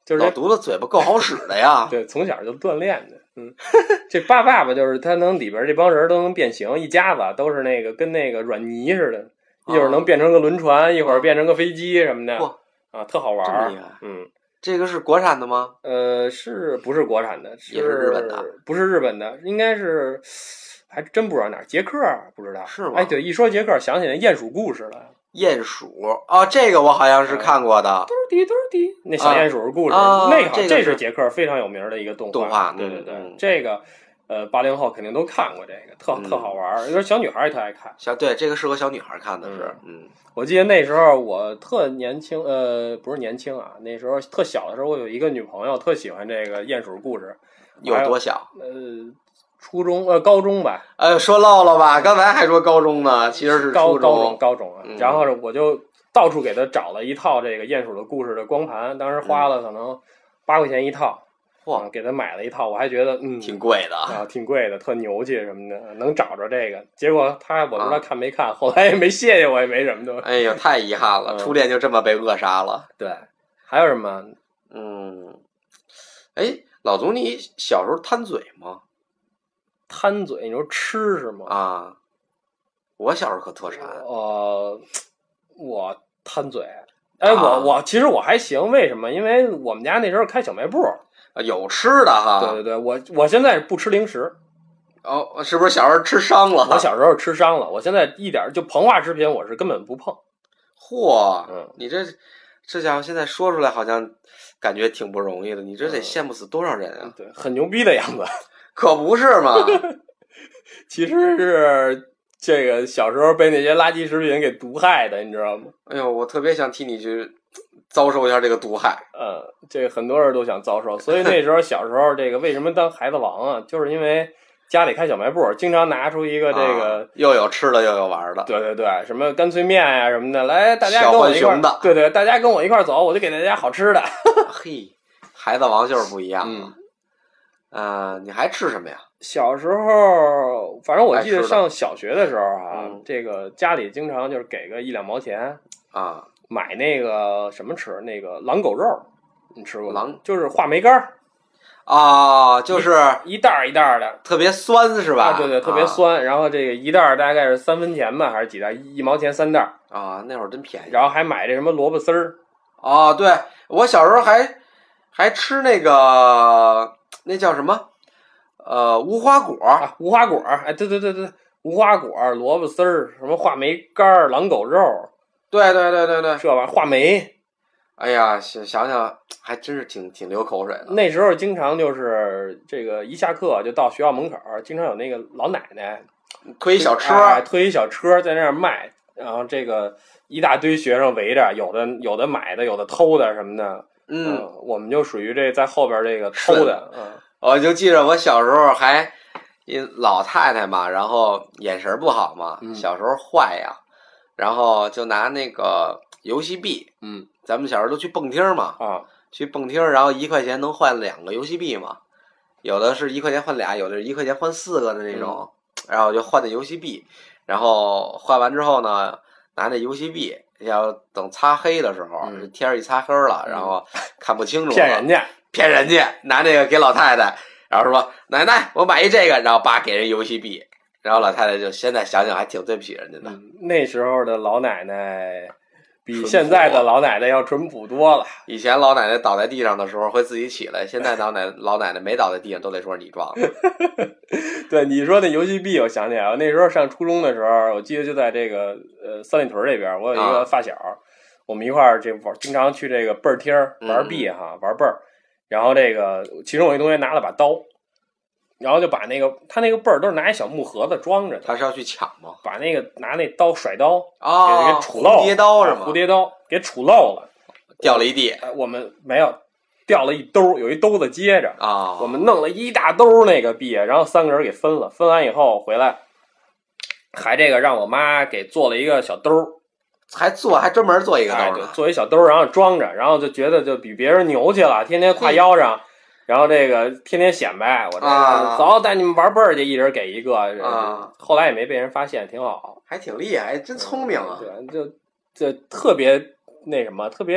[SPEAKER 3] 就是
[SPEAKER 4] 老犊子嘴巴够好使的呀。
[SPEAKER 3] 对，从小就锻炼的。嗯，这八爸爸就是他能里边这帮人都能变形，一家子都是那个跟那个软泥似的，一会儿能变成个轮船，一会儿变成个飞机什么的，啊，特好玩。
[SPEAKER 4] 这么厉害。
[SPEAKER 3] 嗯，
[SPEAKER 4] 这个是国产的吗？
[SPEAKER 3] 呃，是不是国产的？
[SPEAKER 4] 也是日本的？
[SPEAKER 3] 不是日本的，应该是，还真不知道哪儿。捷克不知道
[SPEAKER 4] 是吗？
[SPEAKER 3] 哎，对，一说捷克，想起来鼹鼠故事了。
[SPEAKER 4] 鼹鼠哦，这个我好像是看过的。
[SPEAKER 3] 嘟滴嘟滴，那小鼹鼠故事，
[SPEAKER 4] 啊、
[SPEAKER 3] 那个
[SPEAKER 4] 这
[SPEAKER 3] 这是捷克非常有名的一个动画。
[SPEAKER 4] 动画，
[SPEAKER 3] 对对对，
[SPEAKER 4] 嗯、
[SPEAKER 3] 这个呃，八零后肯定都看过这个，特、
[SPEAKER 4] 嗯、
[SPEAKER 3] 特好玩，因为小女孩也特爱看。
[SPEAKER 4] 小对，这个适合小女孩看的是，
[SPEAKER 3] 嗯，嗯我记得那时候我特年轻，呃，不是年轻啊，那时候特小的时候，我有一个女朋友特喜欢这个鼹鼠故事。
[SPEAKER 4] 有多小？
[SPEAKER 3] 呃。初中呃高中吧，
[SPEAKER 4] 呃说漏了吧？刚才还说高中呢，其实是
[SPEAKER 3] 高
[SPEAKER 4] 初中
[SPEAKER 3] 高中高中啊。
[SPEAKER 4] 嗯、
[SPEAKER 3] 然后我就到处给他找了一套这个鼹鼠的故事的光盘，当时花了可能八块钱一套，哇、嗯，给他买了一套，我还觉得嗯
[SPEAKER 4] 挺贵的
[SPEAKER 3] 啊，挺贵的，特牛气什么的，能找着这个。结果他我不知道看没看，啊、后来也没谢谢我，也没什么的。
[SPEAKER 4] 哎呀，太遗憾了，嗯、初恋就这么被扼杀了。
[SPEAKER 3] 对，还有什么？
[SPEAKER 4] 嗯，哎，老总，你小时候贪嘴吗？
[SPEAKER 3] 贪嘴，你说吃是吗？
[SPEAKER 4] 啊，我小时候可特馋。
[SPEAKER 3] 呃，我贪嘴，哎，我我其实我还行，为什么？因为我们家那时候开小卖部，
[SPEAKER 4] 有吃的哈。
[SPEAKER 3] 对对对，我我现在不吃零食。
[SPEAKER 4] 哦，是不是小时候吃伤了？
[SPEAKER 3] 我小时候吃伤了，我现在一点就膨化食品我是根本不碰。
[SPEAKER 4] 嚯，
[SPEAKER 3] 嗯，
[SPEAKER 4] 你这这家伙现在说出来好像感觉挺不容易的，你这得羡慕死多少人啊？
[SPEAKER 3] 嗯、对，很牛逼的样子。
[SPEAKER 4] 可不是嘛，
[SPEAKER 3] 其实是这个小时候被那些垃圾食品给毒害的，你知道吗？
[SPEAKER 4] 哎呦，我特别想替你去遭受一下这个毒害。
[SPEAKER 3] 呃，这个很多人都想遭受，所以那时候小时候这个为什么当孩子王啊？就是因为家里开小卖部，经常拿出一个这个、
[SPEAKER 4] 啊、又有吃的又有玩的。
[SPEAKER 3] 对对对，什么干脆面呀、啊、什么的，来大家跟我一块儿，对对，大家跟我一块儿走，我就给大家好吃的。
[SPEAKER 4] 嘿，孩子王就是不一样。
[SPEAKER 3] 嗯。
[SPEAKER 4] 呃，你还吃什么呀？
[SPEAKER 3] 小时候，反正我记得上小学的时候啊，
[SPEAKER 4] 嗯、
[SPEAKER 3] 这个家里经常就是给个一两毛钱
[SPEAKER 4] 啊，
[SPEAKER 3] 买那个什么吃，那个狼狗肉，你吃过吗？
[SPEAKER 4] 狼
[SPEAKER 3] 就是话梅干儿
[SPEAKER 4] 啊，就是
[SPEAKER 3] 一袋一袋的，
[SPEAKER 4] 特别酸是吧？
[SPEAKER 3] 啊，对对，特别酸。啊、然后这个一袋大概是三分钱吧，还是几袋？一毛钱三袋
[SPEAKER 4] 啊，那会儿真便宜。
[SPEAKER 3] 然后还买这什么萝卜丝儿。
[SPEAKER 4] 哦，对，我小时候还还吃那个。那叫什么？呃，无花果
[SPEAKER 3] 啊，无花果，哎，对对对对，无花果、萝卜丝儿，什么话梅干、狼狗肉，
[SPEAKER 4] 对对对对对，
[SPEAKER 3] 这玩意儿话梅。
[SPEAKER 4] 哎呀，想想想，还真是挺挺流口水的。
[SPEAKER 3] 那时候经常就是这个一下课就到学校门口，经常有那个老奶奶
[SPEAKER 4] 推小车，
[SPEAKER 3] 哎、推一小车在那儿卖，然后这个一大堆学生围着，有的有的买的，有的偷的什么的。
[SPEAKER 4] 嗯、
[SPEAKER 3] 呃，我们就属于这在后边这个偷的。嗯，
[SPEAKER 4] 我就记着我小时候还一老太太嘛，然后眼神不好嘛，
[SPEAKER 3] 嗯、
[SPEAKER 4] 小时候坏呀，然后就拿那个游戏币，
[SPEAKER 3] 嗯，
[SPEAKER 4] 咱们小时候都去蹦厅嘛，
[SPEAKER 3] 啊，
[SPEAKER 4] 去蹦厅，然后一块钱能换两个游戏币嘛，有的是一块钱换俩，有的是一块钱换四个的那种，嗯、然后我就换那游戏币，然后换完之后呢，拿那游戏币。要等擦黑的时候，
[SPEAKER 3] 嗯、
[SPEAKER 4] 天一擦黑了，然后看不清楚了，
[SPEAKER 3] 骗人家，
[SPEAKER 4] 骗人家，拿那个给老太太，然后说奶奶，我买一这个，然后叭给人游戏币，然后老太太就现在想想还挺对不起人家的。
[SPEAKER 3] 嗯、那时候的老奶奶比现在的老奶奶要淳朴多了。
[SPEAKER 4] 以前老奶奶倒在地上的时候会自己起来，现在老奶老奶奶没倒在地上都得说你撞的。
[SPEAKER 3] 对，你说那游戏币，我想起来了，那时候上初中的时候，我记得就在这个呃三里屯这边，我有一个发小，啊、我们一块儿这玩，经常去这个倍儿厅玩币哈，玩倍儿。然后这个其中有一同学拿了把刀，然后就把那个他那个倍儿都是拿一小木盒子装着的。
[SPEAKER 4] 他是要去抢吗？
[SPEAKER 3] 把那个拿那刀甩刀
[SPEAKER 4] 啊、
[SPEAKER 3] 哦，给给杵漏了，
[SPEAKER 4] 蝴蝶刀是吗？
[SPEAKER 3] 蝴蝶刀给杵漏了，
[SPEAKER 4] 掉了一地。
[SPEAKER 3] 呃、我们没有。掉了一兜，有一兜子接着
[SPEAKER 4] 啊，
[SPEAKER 3] oh. 我们弄了一大兜那个币，然后三个人给分了，分完以后回来，还这个让我妈给做了一个小兜，
[SPEAKER 4] 还做还专门做一个兜呢、
[SPEAKER 3] 哎，做一小兜，然后装着，然后就觉得就比别人牛气了，天天挎腰上，然后这个天天显摆，我这个、
[SPEAKER 4] 啊、
[SPEAKER 3] 走带你们玩倍儿去，一人给一个，
[SPEAKER 4] 啊，
[SPEAKER 3] 后来也没被人发现，挺好，
[SPEAKER 4] 还挺厉害，真聪明啊，
[SPEAKER 3] 对，就就特别那什么，特别。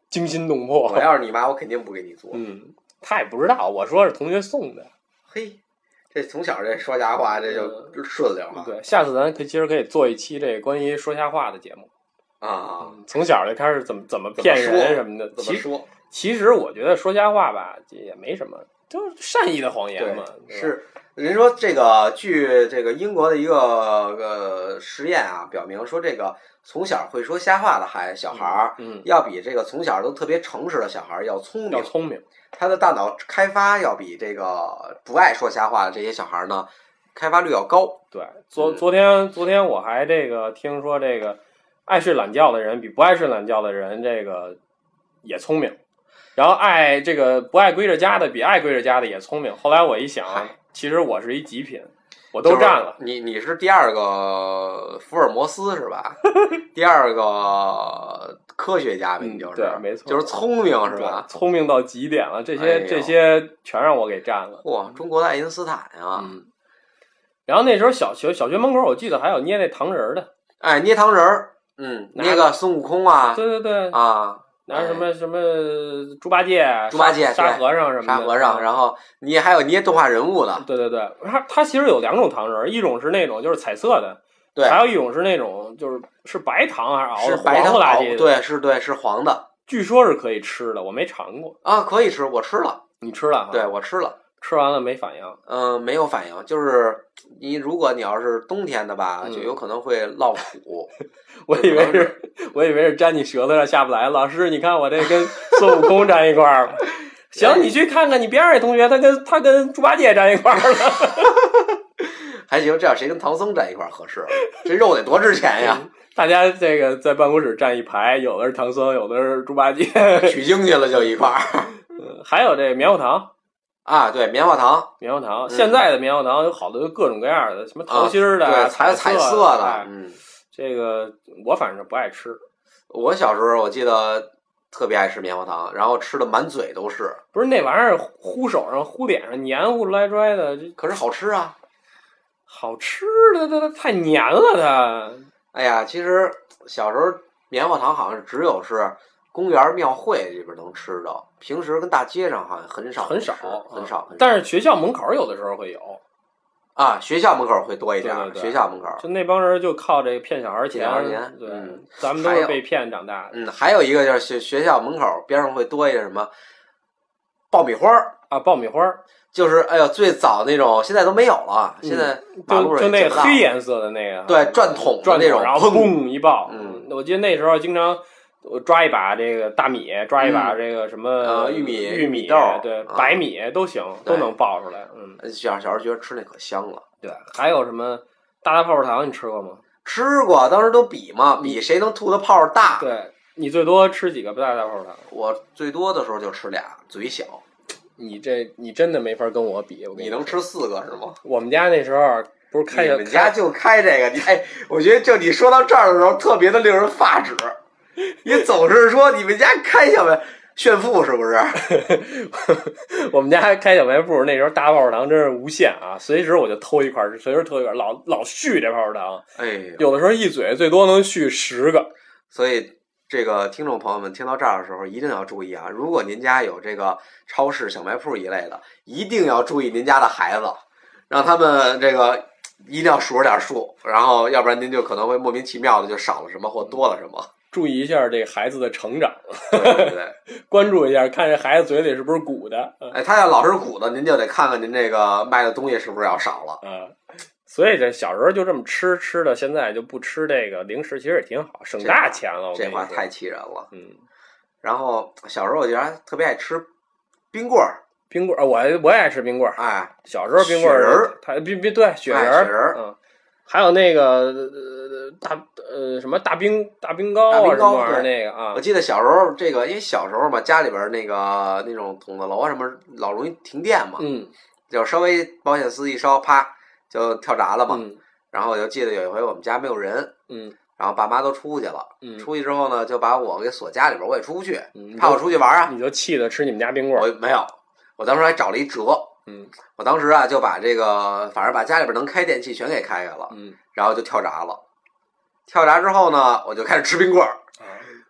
[SPEAKER 3] 惊心动魄。
[SPEAKER 4] 我要是你妈，我肯定不给你做。
[SPEAKER 3] 嗯，他也不知道，我说是同学送的。
[SPEAKER 4] 嘿，这从小这说瞎话，这就顺溜哈。
[SPEAKER 3] 对，下次咱可其实可以做一期这关于说瞎话的节目
[SPEAKER 4] 啊、
[SPEAKER 3] 嗯，从小就开始怎么怎么骗人什么的。
[SPEAKER 4] 怎么说？
[SPEAKER 3] 其实我觉得说瞎话吧，也没什么，就是善意的谎言嘛。
[SPEAKER 4] 是，人说这个，据这个英国的一个呃实验啊，表明说这个从小会说瞎话的孩小孩儿，
[SPEAKER 3] 嗯，
[SPEAKER 4] 要比这个从小都特别诚实的小孩儿要聪明，
[SPEAKER 3] 要聪明。
[SPEAKER 4] 他的大脑开发要比这个不爱说瞎话的这些小孩呢，开发率要高。
[SPEAKER 3] 对，昨昨天昨天我还这个听说这个爱睡懒觉的人比不爱睡懒觉的人这个也聪明。然后爱这个不爱归着家的比爱归着家的也聪明。后来我一想，其实我是一极品，我都占了。
[SPEAKER 4] 就是、你你是第二个福尔摩斯是吧？第二个科学家吧，你就是、
[SPEAKER 3] 嗯、对，没错，
[SPEAKER 4] 就是聪明是吧？
[SPEAKER 3] 聪明到极点了，这些、
[SPEAKER 4] 哎、
[SPEAKER 3] 这些全让我给占了。
[SPEAKER 4] 哇，中国的爱因斯坦啊！
[SPEAKER 3] 嗯。然后那时候小学小学门口，我记得还有捏那糖人的，
[SPEAKER 4] 哎，捏糖人儿，嗯，捏个孙悟空啊，
[SPEAKER 3] 对对对
[SPEAKER 4] 啊。
[SPEAKER 3] 拿什么什么猪八戒、
[SPEAKER 4] 猪八戒、
[SPEAKER 3] 沙和尚什么的，
[SPEAKER 4] 沙和尚，然后你还有捏动画人物的。
[SPEAKER 3] 对对对，它它其实有两种糖人，一种是那种就是彩色的，
[SPEAKER 4] 对，
[SPEAKER 3] 还有一种是那种就是是白糖还是熬的
[SPEAKER 4] 黄
[SPEAKER 3] 不拉几的，
[SPEAKER 4] 对，是对是黄的。
[SPEAKER 3] 据说是可以吃的，我没尝过
[SPEAKER 4] 啊，可以吃，我吃了。
[SPEAKER 3] 你吃了？
[SPEAKER 4] 对，我吃了。
[SPEAKER 3] 吃完了没反应？
[SPEAKER 4] 嗯、呃，没有反应，就是你如果你要是冬天的吧，
[SPEAKER 3] 嗯、
[SPEAKER 4] 就有可能会落苦。
[SPEAKER 3] 我以为是，我以为是粘你舌头上下不来。老师，你看我这跟孙悟空粘一块儿了。行，你去看看你边上那同学，他跟他跟猪八戒粘一块儿了。
[SPEAKER 4] 还行，这样谁跟唐僧粘一块儿合适？这肉得多值钱呀！
[SPEAKER 3] 大家这个在办公室站一排，有的是唐僧，有的是猪八戒，
[SPEAKER 4] 取经去了就一块儿。
[SPEAKER 3] 嗯，还有这棉花糖。
[SPEAKER 4] 啊，对，棉花糖，
[SPEAKER 3] 棉花糖，嗯、现在的棉花糖有好多各种各样的，什么桃心的、
[SPEAKER 4] 啊，对，
[SPEAKER 3] 彩
[SPEAKER 4] 彩色的，
[SPEAKER 3] 哎、
[SPEAKER 4] 嗯，
[SPEAKER 3] 这个我反正不爱吃。
[SPEAKER 4] 我小时候我记得特别爱吃棉花糖，然后吃的满嘴都是。
[SPEAKER 3] 不是那玩意儿糊手上、糊脸上，黏糊来拽的，
[SPEAKER 4] 可是好吃啊，
[SPEAKER 3] 好吃的，它它太黏了，它。
[SPEAKER 4] 哎呀，其实小时候棉花糖好像只有是公园庙会里边能吃到，平时跟大街上好像很少
[SPEAKER 3] 很少
[SPEAKER 4] 很少、嗯、
[SPEAKER 3] 但是学校门口有的时候会有
[SPEAKER 4] 啊，学校门口会多一点。
[SPEAKER 3] 对对对，
[SPEAKER 4] 学校门口
[SPEAKER 3] 就那帮人就靠这个骗小孩钱，
[SPEAKER 4] 小孩钱
[SPEAKER 3] 对、
[SPEAKER 4] 嗯，
[SPEAKER 3] 咱们都是被骗长大的。
[SPEAKER 4] 嗯，还有一个就是学学校门口边上会多一个什么爆米花
[SPEAKER 3] 啊，爆米花
[SPEAKER 4] 就是哎呦最早那种，现在都没有了。嗯、现在马路上
[SPEAKER 3] 就就那个黑颜色的那个，
[SPEAKER 4] 对，转筒
[SPEAKER 3] 转
[SPEAKER 4] 那种，
[SPEAKER 3] 然后嘣一爆。
[SPEAKER 4] 嗯，
[SPEAKER 3] 我记得那时候经常。我抓一把这个大米，抓一把这个什么、
[SPEAKER 4] 嗯呃、玉米、
[SPEAKER 3] 玉米
[SPEAKER 4] 豆，
[SPEAKER 3] 对，
[SPEAKER 4] 啊、
[SPEAKER 3] 白米都行，都能爆出来。嗯，
[SPEAKER 4] 小小时候觉得吃那可香了。
[SPEAKER 3] 对，还有什么大大泡泡糖，你吃过吗？
[SPEAKER 4] 吃过，当时都比嘛，比谁能吐的泡大。
[SPEAKER 3] 对，你最多吃几个大大泡泡糖？
[SPEAKER 4] 我最多的时候就吃俩，嘴小。
[SPEAKER 3] 你这你真的没法跟我比，我跟
[SPEAKER 4] 你能吃四个是吗？
[SPEAKER 3] 我们家那时候不是开
[SPEAKER 4] 你们家就开这个，你哎，我觉得就你说到这儿的时候，特别的令人发指。你总是说你们家开小卖炫富是不是？
[SPEAKER 3] 我们家开小卖部那时候大泡泡糖真是无限啊，随时我就偷一块，随时偷一块，老老续这泡泡糖。
[SPEAKER 4] 哎，
[SPEAKER 3] 有的时候一嘴最多能续十个。
[SPEAKER 4] 所以这个听众朋友们听到这儿的时候一定要注意啊！如果您家有这个超市、小卖铺一类的，一定要注意您家的孩子，让他们这个一定要数着点数，然后要不然您就可能会莫名其妙的就少了什么或多了什么。
[SPEAKER 3] 注意一下这孩子的成长，
[SPEAKER 4] 对对对，
[SPEAKER 3] 关注一下，看这孩子嘴里是不是鼓的。
[SPEAKER 4] 哎，他要老是鼓的，您就得看看您这个卖的东西是不是要少了。
[SPEAKER 3] 嗯，所以这小时候就这么吃，吃的现在就不吃这个零食，其实也挺好，省大钱了。
[SPEAKER 4] 这话太气人了。
[SPEAKER 3] 嗯，
[SPEAKER 4] 然后小时候我觉得特别爱吃冰棍儿，
[SPEAKER 3] 冰棍儿，我我也爱吃冰棍儿。
[SPEAKER 4] 哎，
[SPEAKER 3] 小时候冰棍儿，
[SPEAKER 4] 雪人，
[SPEAKER 3] 它冰冰对雪人，
[SPEAKER 4] 哎、雪人，
[SPEAKER 3] 嗯。还有那个呃大呃什么大冰大冰糕啊什么玩意儿那个啊，
[SPEAKER 4] 我记得小时候这个，因为小时候嘛，家里边那个那种筒子楼啊什么老容易停电嘛，
[SPEAKER 3] 嗯，
[SPEAKER 4] 就稍微保险丝一烧，啪就跳闸了嘛。
[SPEAKER 3] 嗯、
[SPEAKER 4] 然后我就记得有一回我们家没有人，
[SPEAKER 3] 嗯，
[SPEAKER 4] 然后爸妈都出去了，
[SPEAKER 3] 嗯，
[SPEAKER 4] 出去之后呢，就把我给锁家里边，我也出不去，
[SPEAKER 3] 嗯、
[SPEAKER 4] 怕我出去玩啊，
[SPEAKER 3] 你就气得吃你们家冰棍儿？
[SPEAKER 4] 我没有，我当时还找了一辙。
[SPEAKER 3] 嗯，
[SPEAKER 4] 我当时啊就把这个，反正把家里边能开电器全给开开了，
[SPEAKER 3] 嗯，
[SPEAKER 4] 然后就跳闸了。跳闸之后呢，我就开始吃冰棍儿。
[SPEAKER 3] 啊、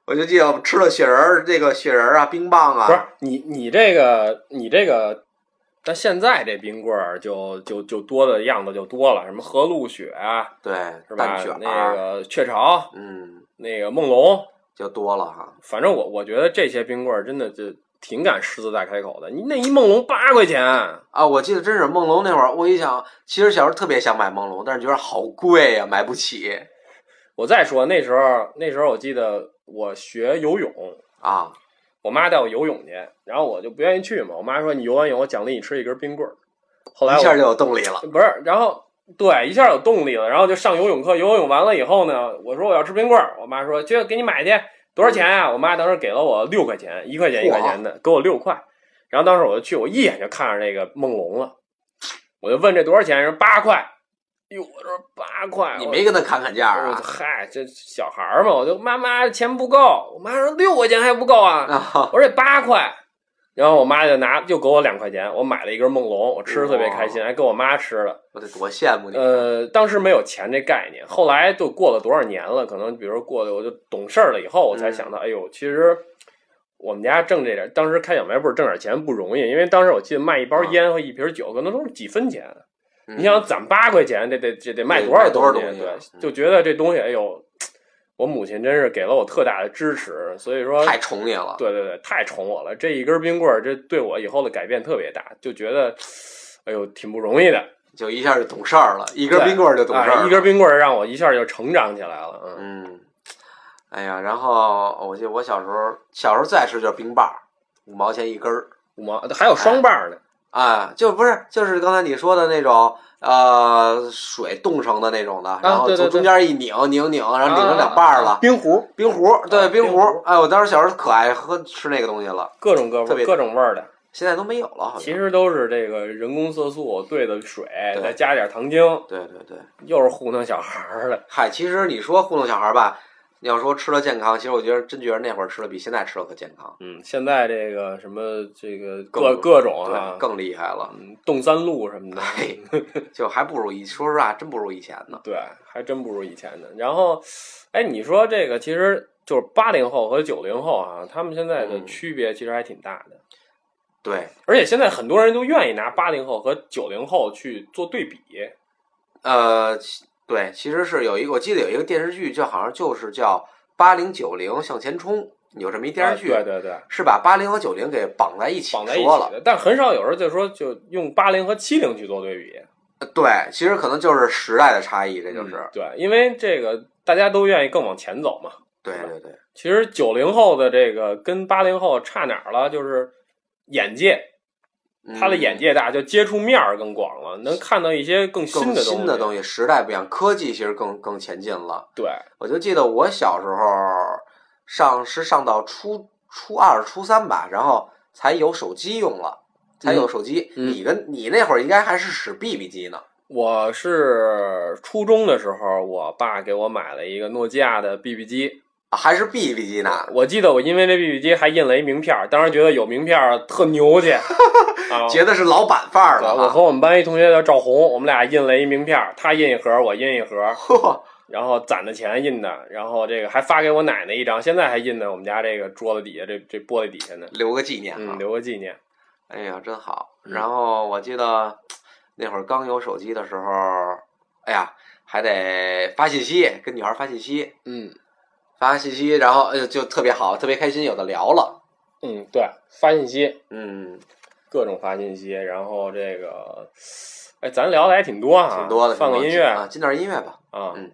[SPEAKER 4] 我就记得我们吃了雪人儿，这个雪人儿啊，冰棒啊，
[SPEAKER 3] 不是你你这个你这个，但现在这冰棍儿就就就多的样子就多了，什么和路雪啊，
[SPEAKER 4] 对，
[SPEAKER 3] 是吧？
[SPEAKER 4] 蛋卷儿
[SPEAKER 3] 那个雀巢，
[SPEAKER 4] 嗯，
[SPEAKER 3] 那个梦龙
[SPEAKER 4] 就多了哈。
[SPEAKER 3] 反正我我觉得这些冰棍儿真的就挺敢狮子大开口的。你那一梦龙八块钱
[SPEAKER 4] 啊！我记得真是梦龙那会儿，我一想，其实小时候特别想买梦龙，但是觉得好贵呀、啊，买不起。
[SPEAKER 3] 我再说那时候，那时候我记得我学游泳
[SPEAKER 4] 啊，
[SPEAKER 3] 我妈带我游泳去，然后我就不愿意去嘛。我妈说你游完泳，我奖励你吃一根冰棍儿。后来
[SPEAKER 4] 一下就有动力了，
[SPEAKER 3] 不是？然后对，一下有动力了，然后就上游泳课。游泳完了以后呢，我说我要吃冰棍儿，我妈说去给你买去，多少钱呀、啊？我妈当时给了我六块钱，一块钱一块钱的，给我六块。然后当时我就去，我一眼就看上那个梦龙了，我就问这多少钱，说八块。哟，我说八块，
[SPEAKER 4] 你没跟他砍砍价啊？
[SPEAKER 3] 嗨，这小孩嘛，我就妈妈钱不够，我妈说六块钱还不够啊，
[SPEAKER 4] 啊
[SPEAKER 3] 我说这八块，然后我妈就拿就给我两块钱，我买了一根梦龙，我吃的特别开心，还给我妈吃了，
[SPEAKER 4] 我得多羡慕你。
[SPEAKER 3] 呃，当时没有钱这概念，后来就过了多少年了，可能比如说过了我就懂事了以后，我才想到，嗯、哎呦，其实我们家挣这点，当时开小卖部挣点钱不容易，因为当时我记得卖一包烟和一瓶酒，可能都是几分钱。你想攒八块钱，这得这得卖多少
[SPEAKER 4] 多少东
[SPEAKER 3] 西？对，就觉得这东西，哎呦，我母亲真是给了我特大的支持，所以说
[SPEAKER 4] 太宠你了。
[SPEAKER 3] 对对对，太宠我了。这一根冰棍，这对我以后的改变特别大，就觉得，哎呦，挺不容易的，
[SPEAKER 4] 就一下就懂事儿了。一根冰棍就懂事儿、
[SPEAKER 3] 啊，一根冰棍让我一下就成长起来了。嗯，
[SPEAKER 4] 嗯哎呀，然后我记得我小时候，小时候最爱吃就是冰棒，五毛钱一根儿，
[SPEAKER 3] 五毛还有双棒呢。
[SPEAKER 4] 哎啊，就不是，就是刚才你说的那种，呃，水冻成的那种的，然后从中间一拧拧拧，然后拧成两半了。
[SPEAKER 3] 冰壶，
[SPEAKER 4] 冰壶，对，
[SPEAKER 3] 啊、
[SPEAKER 4] 冰
[SPEAKER 3] 壶。
[SPEAKER 4] 哎，我当时小时候可爱喝吃那个东西了，
[SPEAKER 3] 各种各味，各种味儿的。
[SPEAKER 4] 现在都没有了，好像。
[SPEAKER 3] 其实都是这个人工色素兑的水，再加点糖精。
[SPEAKER 4] 对对对，
[SPEAKER 3] 又是糊弄小孩儿的。
[SPEAKER 4] 嗨，其实你说糊弄小孩吧。你要说吃了健康，其实我觉得真觉得那会儿吃的比现在吃的可健康。
[SPEAKER 3] 嗯，现在这个什么这个各各种啊，
[SPEAKER 4] 更厉害了，
[SPEAKER 3] 嗯，冻三鹿什么的，
[SPEAKER 4] 就还不如以说实话，真不如以前呢。
[SPEAKER 3] 对，还真不如以前呢。然后，哎，你说这个其实就是八零后和九零后啊，他们现在的区别其实还挺大的。
[SPEAKER 4] 嗯、对，
[SPEAKER 3] 而且现在很多人都愿意拿八零后和九零后去做对比。
[SPEAKER 4] 呃。对，其实是有一个，我记得有一个电视剧，就好像就是叫《八零九零向前冲》，有这么一电视剧，
[SPEAKER 3] 啊、对对对，
[SPEAKER 4] 是把八零和九零给绑在一起
[SPEAKER 3] 绑在一起
[SPEAKER 4] 了。
[SPEAKER 3] 但很少有人就说就用八零和七零去做对比。
[SPEAKER 4] 对，其实可能就是时代的差异，这就是、
[SPEAKER 3] 嗯、对，因为这个大家都愿意更往前走嘛。
[SPEAKER 4] 对对对，
[SPEAKER 3] 其实九零后的这个跟八零后差哪儿了？就是眼界。他的眼界大，就接触面儿更广了，能看到一些更新的东西。
[SPEAKER 4] 新的东西，时代不一样，科技其实更更前进了。
[SPEAKER 3] 对，
[SPEAKER 4] 我就记得我小时候上是上到初初二、初三吧，然后才有手机用了，才有手机。
[SPEAKER 3] 嗯、
[SPEAKER 4] 你跟你那会儿应该还是使 B B 机呢。
[SPEAKER 3] 我是初中的时候，我爸给我买了一个诺基亚的 B B 机。
[SPEAKER 4] 啊、还是 B B 机呢？
[SPEAKER 3] 我记得我因为这 B B 机还印了一名片，当时觉得有名片特牛气，啊，
[SPEAKER 4] 觉得是老板范儿了。
[SPEAKER 3] 我和我们班一同学叫赵红，我们俩印了一名片，他印一盒，我印一盒，然后攒的钱印的，然后这个还发给我奶奶一张，现在还印在我们家这个桌子底下，这这玻璃底下呢，
[SPEAKER 4] 留个纪念啊，
[SPEAKER 3] 嗯，留个纪念。
[SPEAKER 4] 哎呀，真好。然后我记得那会儿刚有手机的时候，哎呀，还得发信息，跟女孩发信息，
[SPEAKER 3] 嗯。
[SPEAKER 4] 发信息，然后呃就特别好，特别开心，有的聊了。
[SPEAKER 3] 嗯，对，发信息，
[SPEAKER 4] 嗯，
[SPEAKER 3] 各种发信息，然后这个，哎，咱聊的还挺多哈、啊，
[SPEAKER 4] 挺多的，
[SPEAKER 3] 放个音乐
[SPEAKER 4] 啊，进点音乐吧。
[SPEAKER 3] 啊，
[SPEAKER 4] 嗯。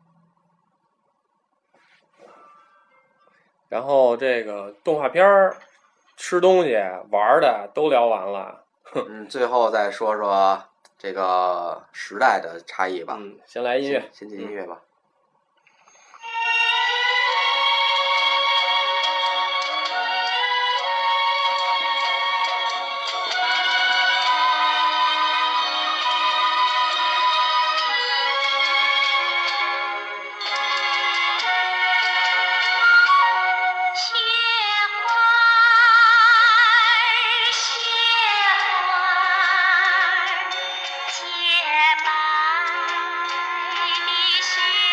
[SPEAKER 3] 然后这个动画片儿、吃东西、玩的都聊完了。
[SPEAKER 4] 嗯，最后再说说这个时代的差异吧。
[SPEAKER 3] 嗯，先来音乐，
[SPEAKER 4] 先进音乐吧。
[SPEAKER 1] 洁白的雪。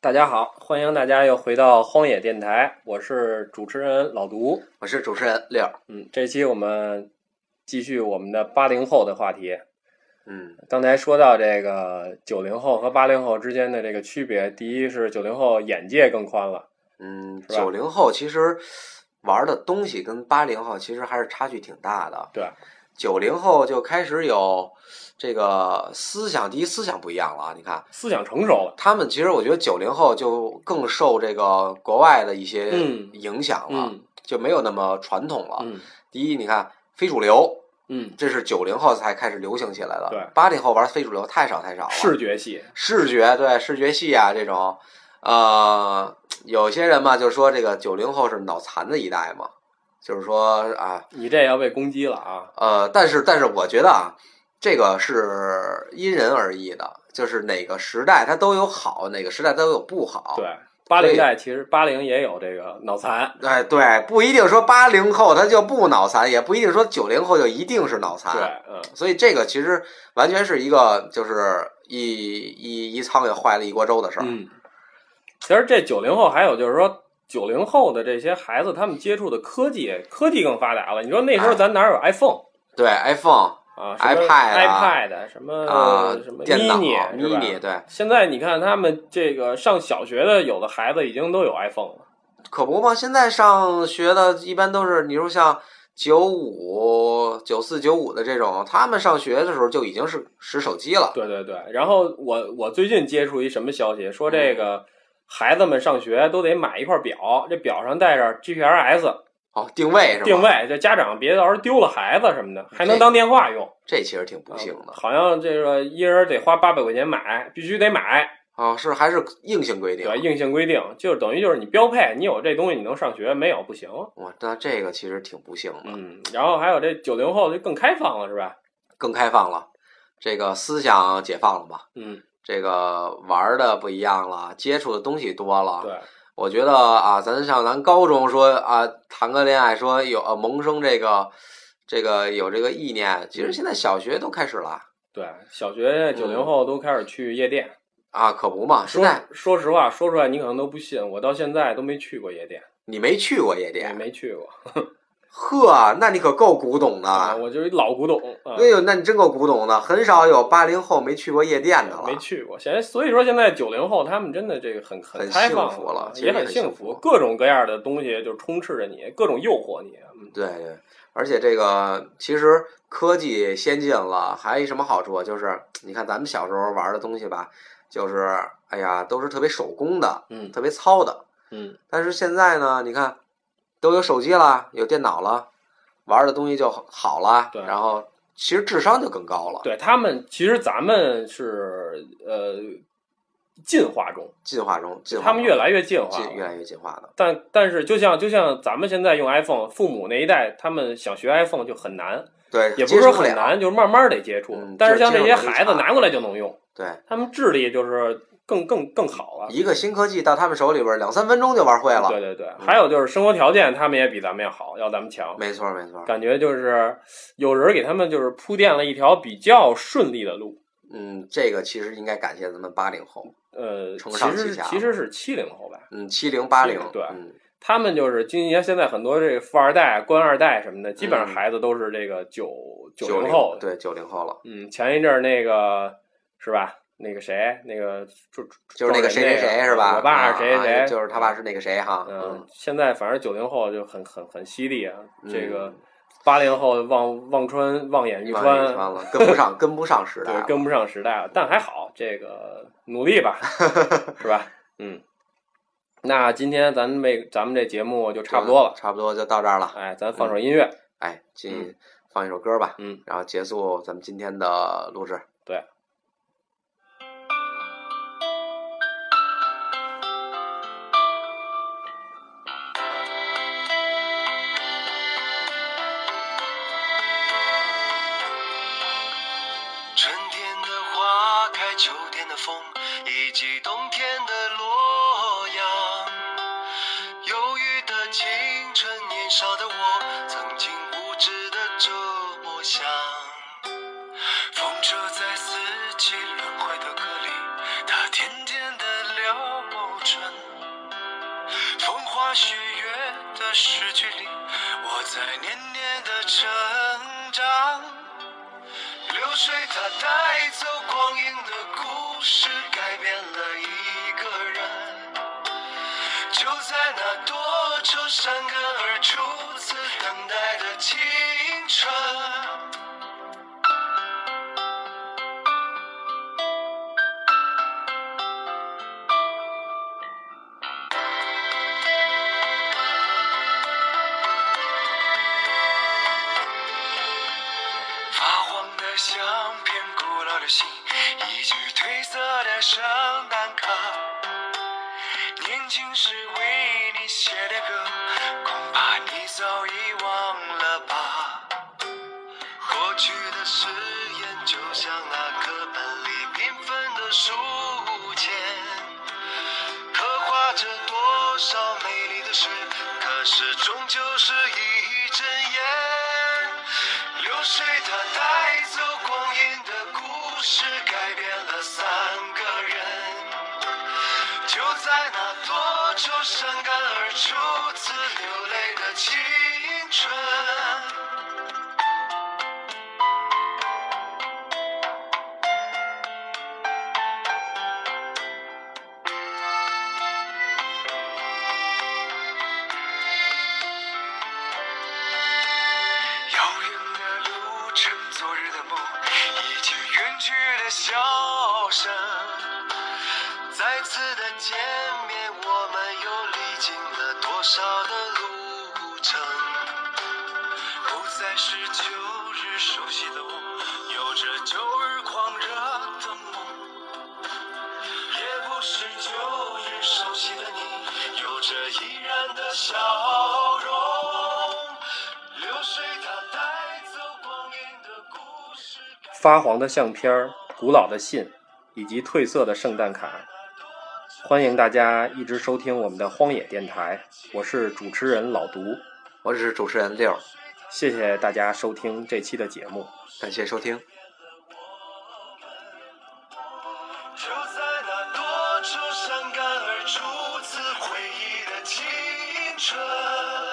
[SPEAKER 3] 大家好，欢迎大家又回到荒野电台，我是主持人老毒，
[SPEAKER 4] 我是主持人六。
[SPEAKER 3] 嗯，这期我们继续我们的八零后的话题。
[SPEAKER 4] 嗯，
[SPEAKER 3] 刚才说到这个九零后和八零后之间的这个区别，第一是九零后眼界更宽了。
[SPEAKER 4] 嗯，九零后其实玩的东西跟八零后其实还是差距挺大的。
[SPEAKER 3] 对，
[SPEAKER 4] 九零后就开始有这个思想，第一思想不一样了啊！你看，
[SPEAKER 3] 思想成熟了。
[SPEAKER 4] 他们其实我觉得九零后就更受这个国外的一些影响了，
[SPEAKER 3] 嗯、
[SPEAKER 4] 就没有那么传统了。
[SPEAKER 3] 嗯、
[SPEAKER 4] 第一，你看非主流。
[SPEAKER 3] 嗯，
[SPEAKER 4] 这是九零后才开始流行起来的。
[SPEAKER 3] 对，
[SPEAKER 4] 八零后玩非主流太少太少了。
[SPEAKER 3] 视觉系，
[SPEAKER 4] 视觉对视觉系啊这种，呃，有些人嘛就说这个九零后是脑残的一代嘛，就是说啊，
[SPEAKER 3] 你这要被攻击了啊。
[SPEAKER 4] 呃，但是但是我觉得啊，这个是因人而异的，就是哪个时代它都有好，哪个时代都有不好。
[SPEAKER 3] 对。八零代其实八零也有这个脑残，
[SPEAKER 4] 哎，对，不一定说八零后他就不脑残，也不一定说九零后就一定是脑残。
[SPEAKER 3] 对，嗯，
[SPEAKER 4] 所以这个其实完全是一个就是一一一苍蝇坏了一锅粥的事儿。
[SPEAKER 3] 嗯，其实这九零后还有就是说九零后的这些孩子，他们接触的科技科技更发达了。你说那时候咱哪有 iPhone？、
[SPEAKER 4] 哎、对 iPhone。
[SPEAKER 3] 啊
[SPEAKER 4] ，iPad、
[SPEAKER 3] iPad 什么
[SPEAKER 4] 啊，
[SPEAKER 3] 什么
[SPEAKER 4] 电脑
[SPEAKER 3] mini，mini
[SPEAKER 4] 对。
[SPEAKER 3] 现在你看他们这个上小学的，有的孩子已经都有 iPhone 了。
[SPEAKER 4] 可不嘛，现在上学的一般都是，你说像九五、九四、九五的这种，他们上学的时候就已经是使手机了。
[SPEAKER 3] 对对对。然后我我最近接触一什么消息，说这个孩子们上学都得买一块表，这表上带着 G P S。
[SPEAKER 4] 哦，定位是吧？
[SPEAKER 3] 定位，这家长别到时候丢了孩子什么的，还能当电话用。
[SPEAKER 4] 这, 这其实挺不幸的、
[SPEAKER 3] 嗯。好像这个一人得花八百块钱买，必须得买。
[SPEAKER 4] 哦，是还是硬性规定？
[SPEAKER 3] 对，硬性规定，就是等于就是你标配，你有这东西你能上学，没有不行。
[SPEAKER 4] 哇，那这个其实挺不幸的。
[SPEAKER 3] 嗯，然后还有这九零后就更开放了，是吧？
[SPEAKER 4] 更开放了，这个思想解放了吧？
[SPEAKER 3] 嗯，
[SPEAKER 4] 这个玩的不一样了，接触的东西多了。
[SPEAKER 3] 对。
[SPEAKER 4] 我觉得啊，咱像咱高中说啊，谈个恋爱说有、啊、萌生这个这个有这个意念，其实现在小学都开始了。
[SPEAKER 3] 对，小学九零后都开始去夜店、
[SPEAKER 4] 嗯、啊，可不嘛。现在
[SPEAKER 3] 说实话，说出来你可能都不信，我到现在都没去过夜店。
[SPEAKER 4] 你没去过夜店？
[SPEAKER 3] 没去过。
[SPEAKER 4] 呵，那你可够古董的。
[SPEAKER 3] 啊、我就是老古董。
[SPEAKER 4] 哎、嗯、呦，那你真够古董的，很少有八零后没去过夜店的了。
[SPEAKER 3] 没去过，现在所以说现在九零后他们真的这个很
[SPEAKER 4] 很
[SPEAKER 3] 开放
[SPEAKER 4] 了，
[SPEAKER 3] 也很幸福，各种各样的东西就充斥着你，各种诱惑你。嗯、
[SPEAKER 4] 对对，而且这个其实科技先进了，还有什么好处？就是你看咱们小时候玩的东西吧，就是哎呀都是特别手工的，
[SPEAKER 3] 嗯，
[SPEAKER 4] 特别糙的，
[SPEAKER 3] 嗯。
[SPEAKER 4] 但是现在呢，你看都有手机了，有电脑了。玩的东西就好了，
[SPEAKER 3] 对，
[SPEAKER 4] 然后其实智商就更高了。
[SPEAKER 3] 对他们，其实咱们是呃进化中，
[SPEAKER 4] 进化中，进化中
[SPEAKER 3] 他们越来越进化，
[SPEAKER 4] 越来越进化的。
[SPEAKER 3] 但但是就像就像咱们现在用 iPhone， 父母那一代他们想学 iPhone 就很难，
[SPEAKER 4] 对，
[SPEAKER 3] 也不是说很难，就是慢慢得接触。
[SPEAKER 4] 嗯、
[SPEAKER 3] 但是像这些孩子拿过来就能用，
[SPEAKER 4] 对，
[SPEAKER 3] 他们智力就是更更更好了。
[SPEAKER 4] 一个新科技到他们手里边，两三分钟就玩会了。
[SPEAKER 3] 对对对，嗯、还有就是生活条件，他们也比咱们要好，要咱们强。
[SPEAKER 4] 没错没错，
[SPEAKER 3] 感觉就是有人给他们就是铺垫了一条比较顺利的路。
[SPEAKER 4] 嗯，这个其实应该感谢咱们八零后。
[SPEAKER 3] 呃，
[SPEAKER 4] 承上启下
[SPEAKER 3] 其实其实是七零后吧。
[SPEAKER 4] 嗯，七零八零，
[SPEAKER 3] 对，
[SPEAKER 4] 嗯，
[SPEAKER 3] 他们就是今年现在很多这个富二代、官二代什么的，基本上孩子都是这个九九零后，
[SPEAKER 4] 对九零后了。
[SPEAKER 3] 嗯，前一阵儿那个是吧？那个谁，那个就
[SPEAKER 4] 就是那个谁谁谁是吧？
[SPEAKER 3] 我爸是谁谁谁，
[SPEAKER 4] 啊、就是他爸是那个谁哈。
[SPEAKER 3] 嗯，
[SPEAKER 4] 嗯
[SPEAKER 3] 现在反正九零后就很很很犀利啊，
[SPEAKER 4] 嗯、
[SPEAKER 3] 这个八零后望望穿望眼欲穿
[SPEAKER 4] 了，跟不上跟不上时代，
[SPEAKER 3] 对，跟不上时代了。但还好，这个努力吧，是吧？嗯。那今天咱们这咱们这节目就差不多了，
[SPEAKER 4] 差不多就到这儿了。
[SPEAKER 3] 哎，咱放首音乐，
[SPEAKER 4] 嗯、哎，进放一首歌吧，
[SPEAKER 3] 嗯，
[SPEAKER 4] 然后结束咱们今天的录制。
[SPEAKER 3] 对。
[SPEAKER 2] 春天的花开，秋天的风，以及冬天的洛阳。忧郁的青春，年少的我，曾经无知的这么想。风车在四季轮回的歌里，它甜甜的流那岁月的诗句里，我在年年的成长。流水它带走光阴的故事，改变了一个人。就在那多愁善感而初次等待的青春。发黄的相片，古老的信，一句褪色的圣诞卡。年轻时为你写的歌，恐怕你早已忘了吧。过去的誓言，就像那课本里缤纷的书签，刻画着多少美丽的诗，可是终究是一阵烟。流水它带走光阴的故事，改变了三个人。就在那多愁善感而初次流泪的青春。遥远的路程，昨日的梦，一句远去的笑声。再次的见面，我们又历经了多少的路程？不再是旧日熟悉的我，有着旧日狂热的梦；也不是旧日熟悉的你，有着依然的笑容。流水它带走光阴的故事。
[SPEAKER 3] 发黄的相片、古老的信以及褪色的圣诞卡。欢迎大家一直收听我们的荒野电台，我是主持人老毒，
[SPEAKER 4] 我是主持人六，
[SPEAKER 3] 谢谢大家收听这期的节目，
[SPEAKER 4] 感谢收听。
[SPEAKER 2] 就在那多愁善感而初次回忆的青春。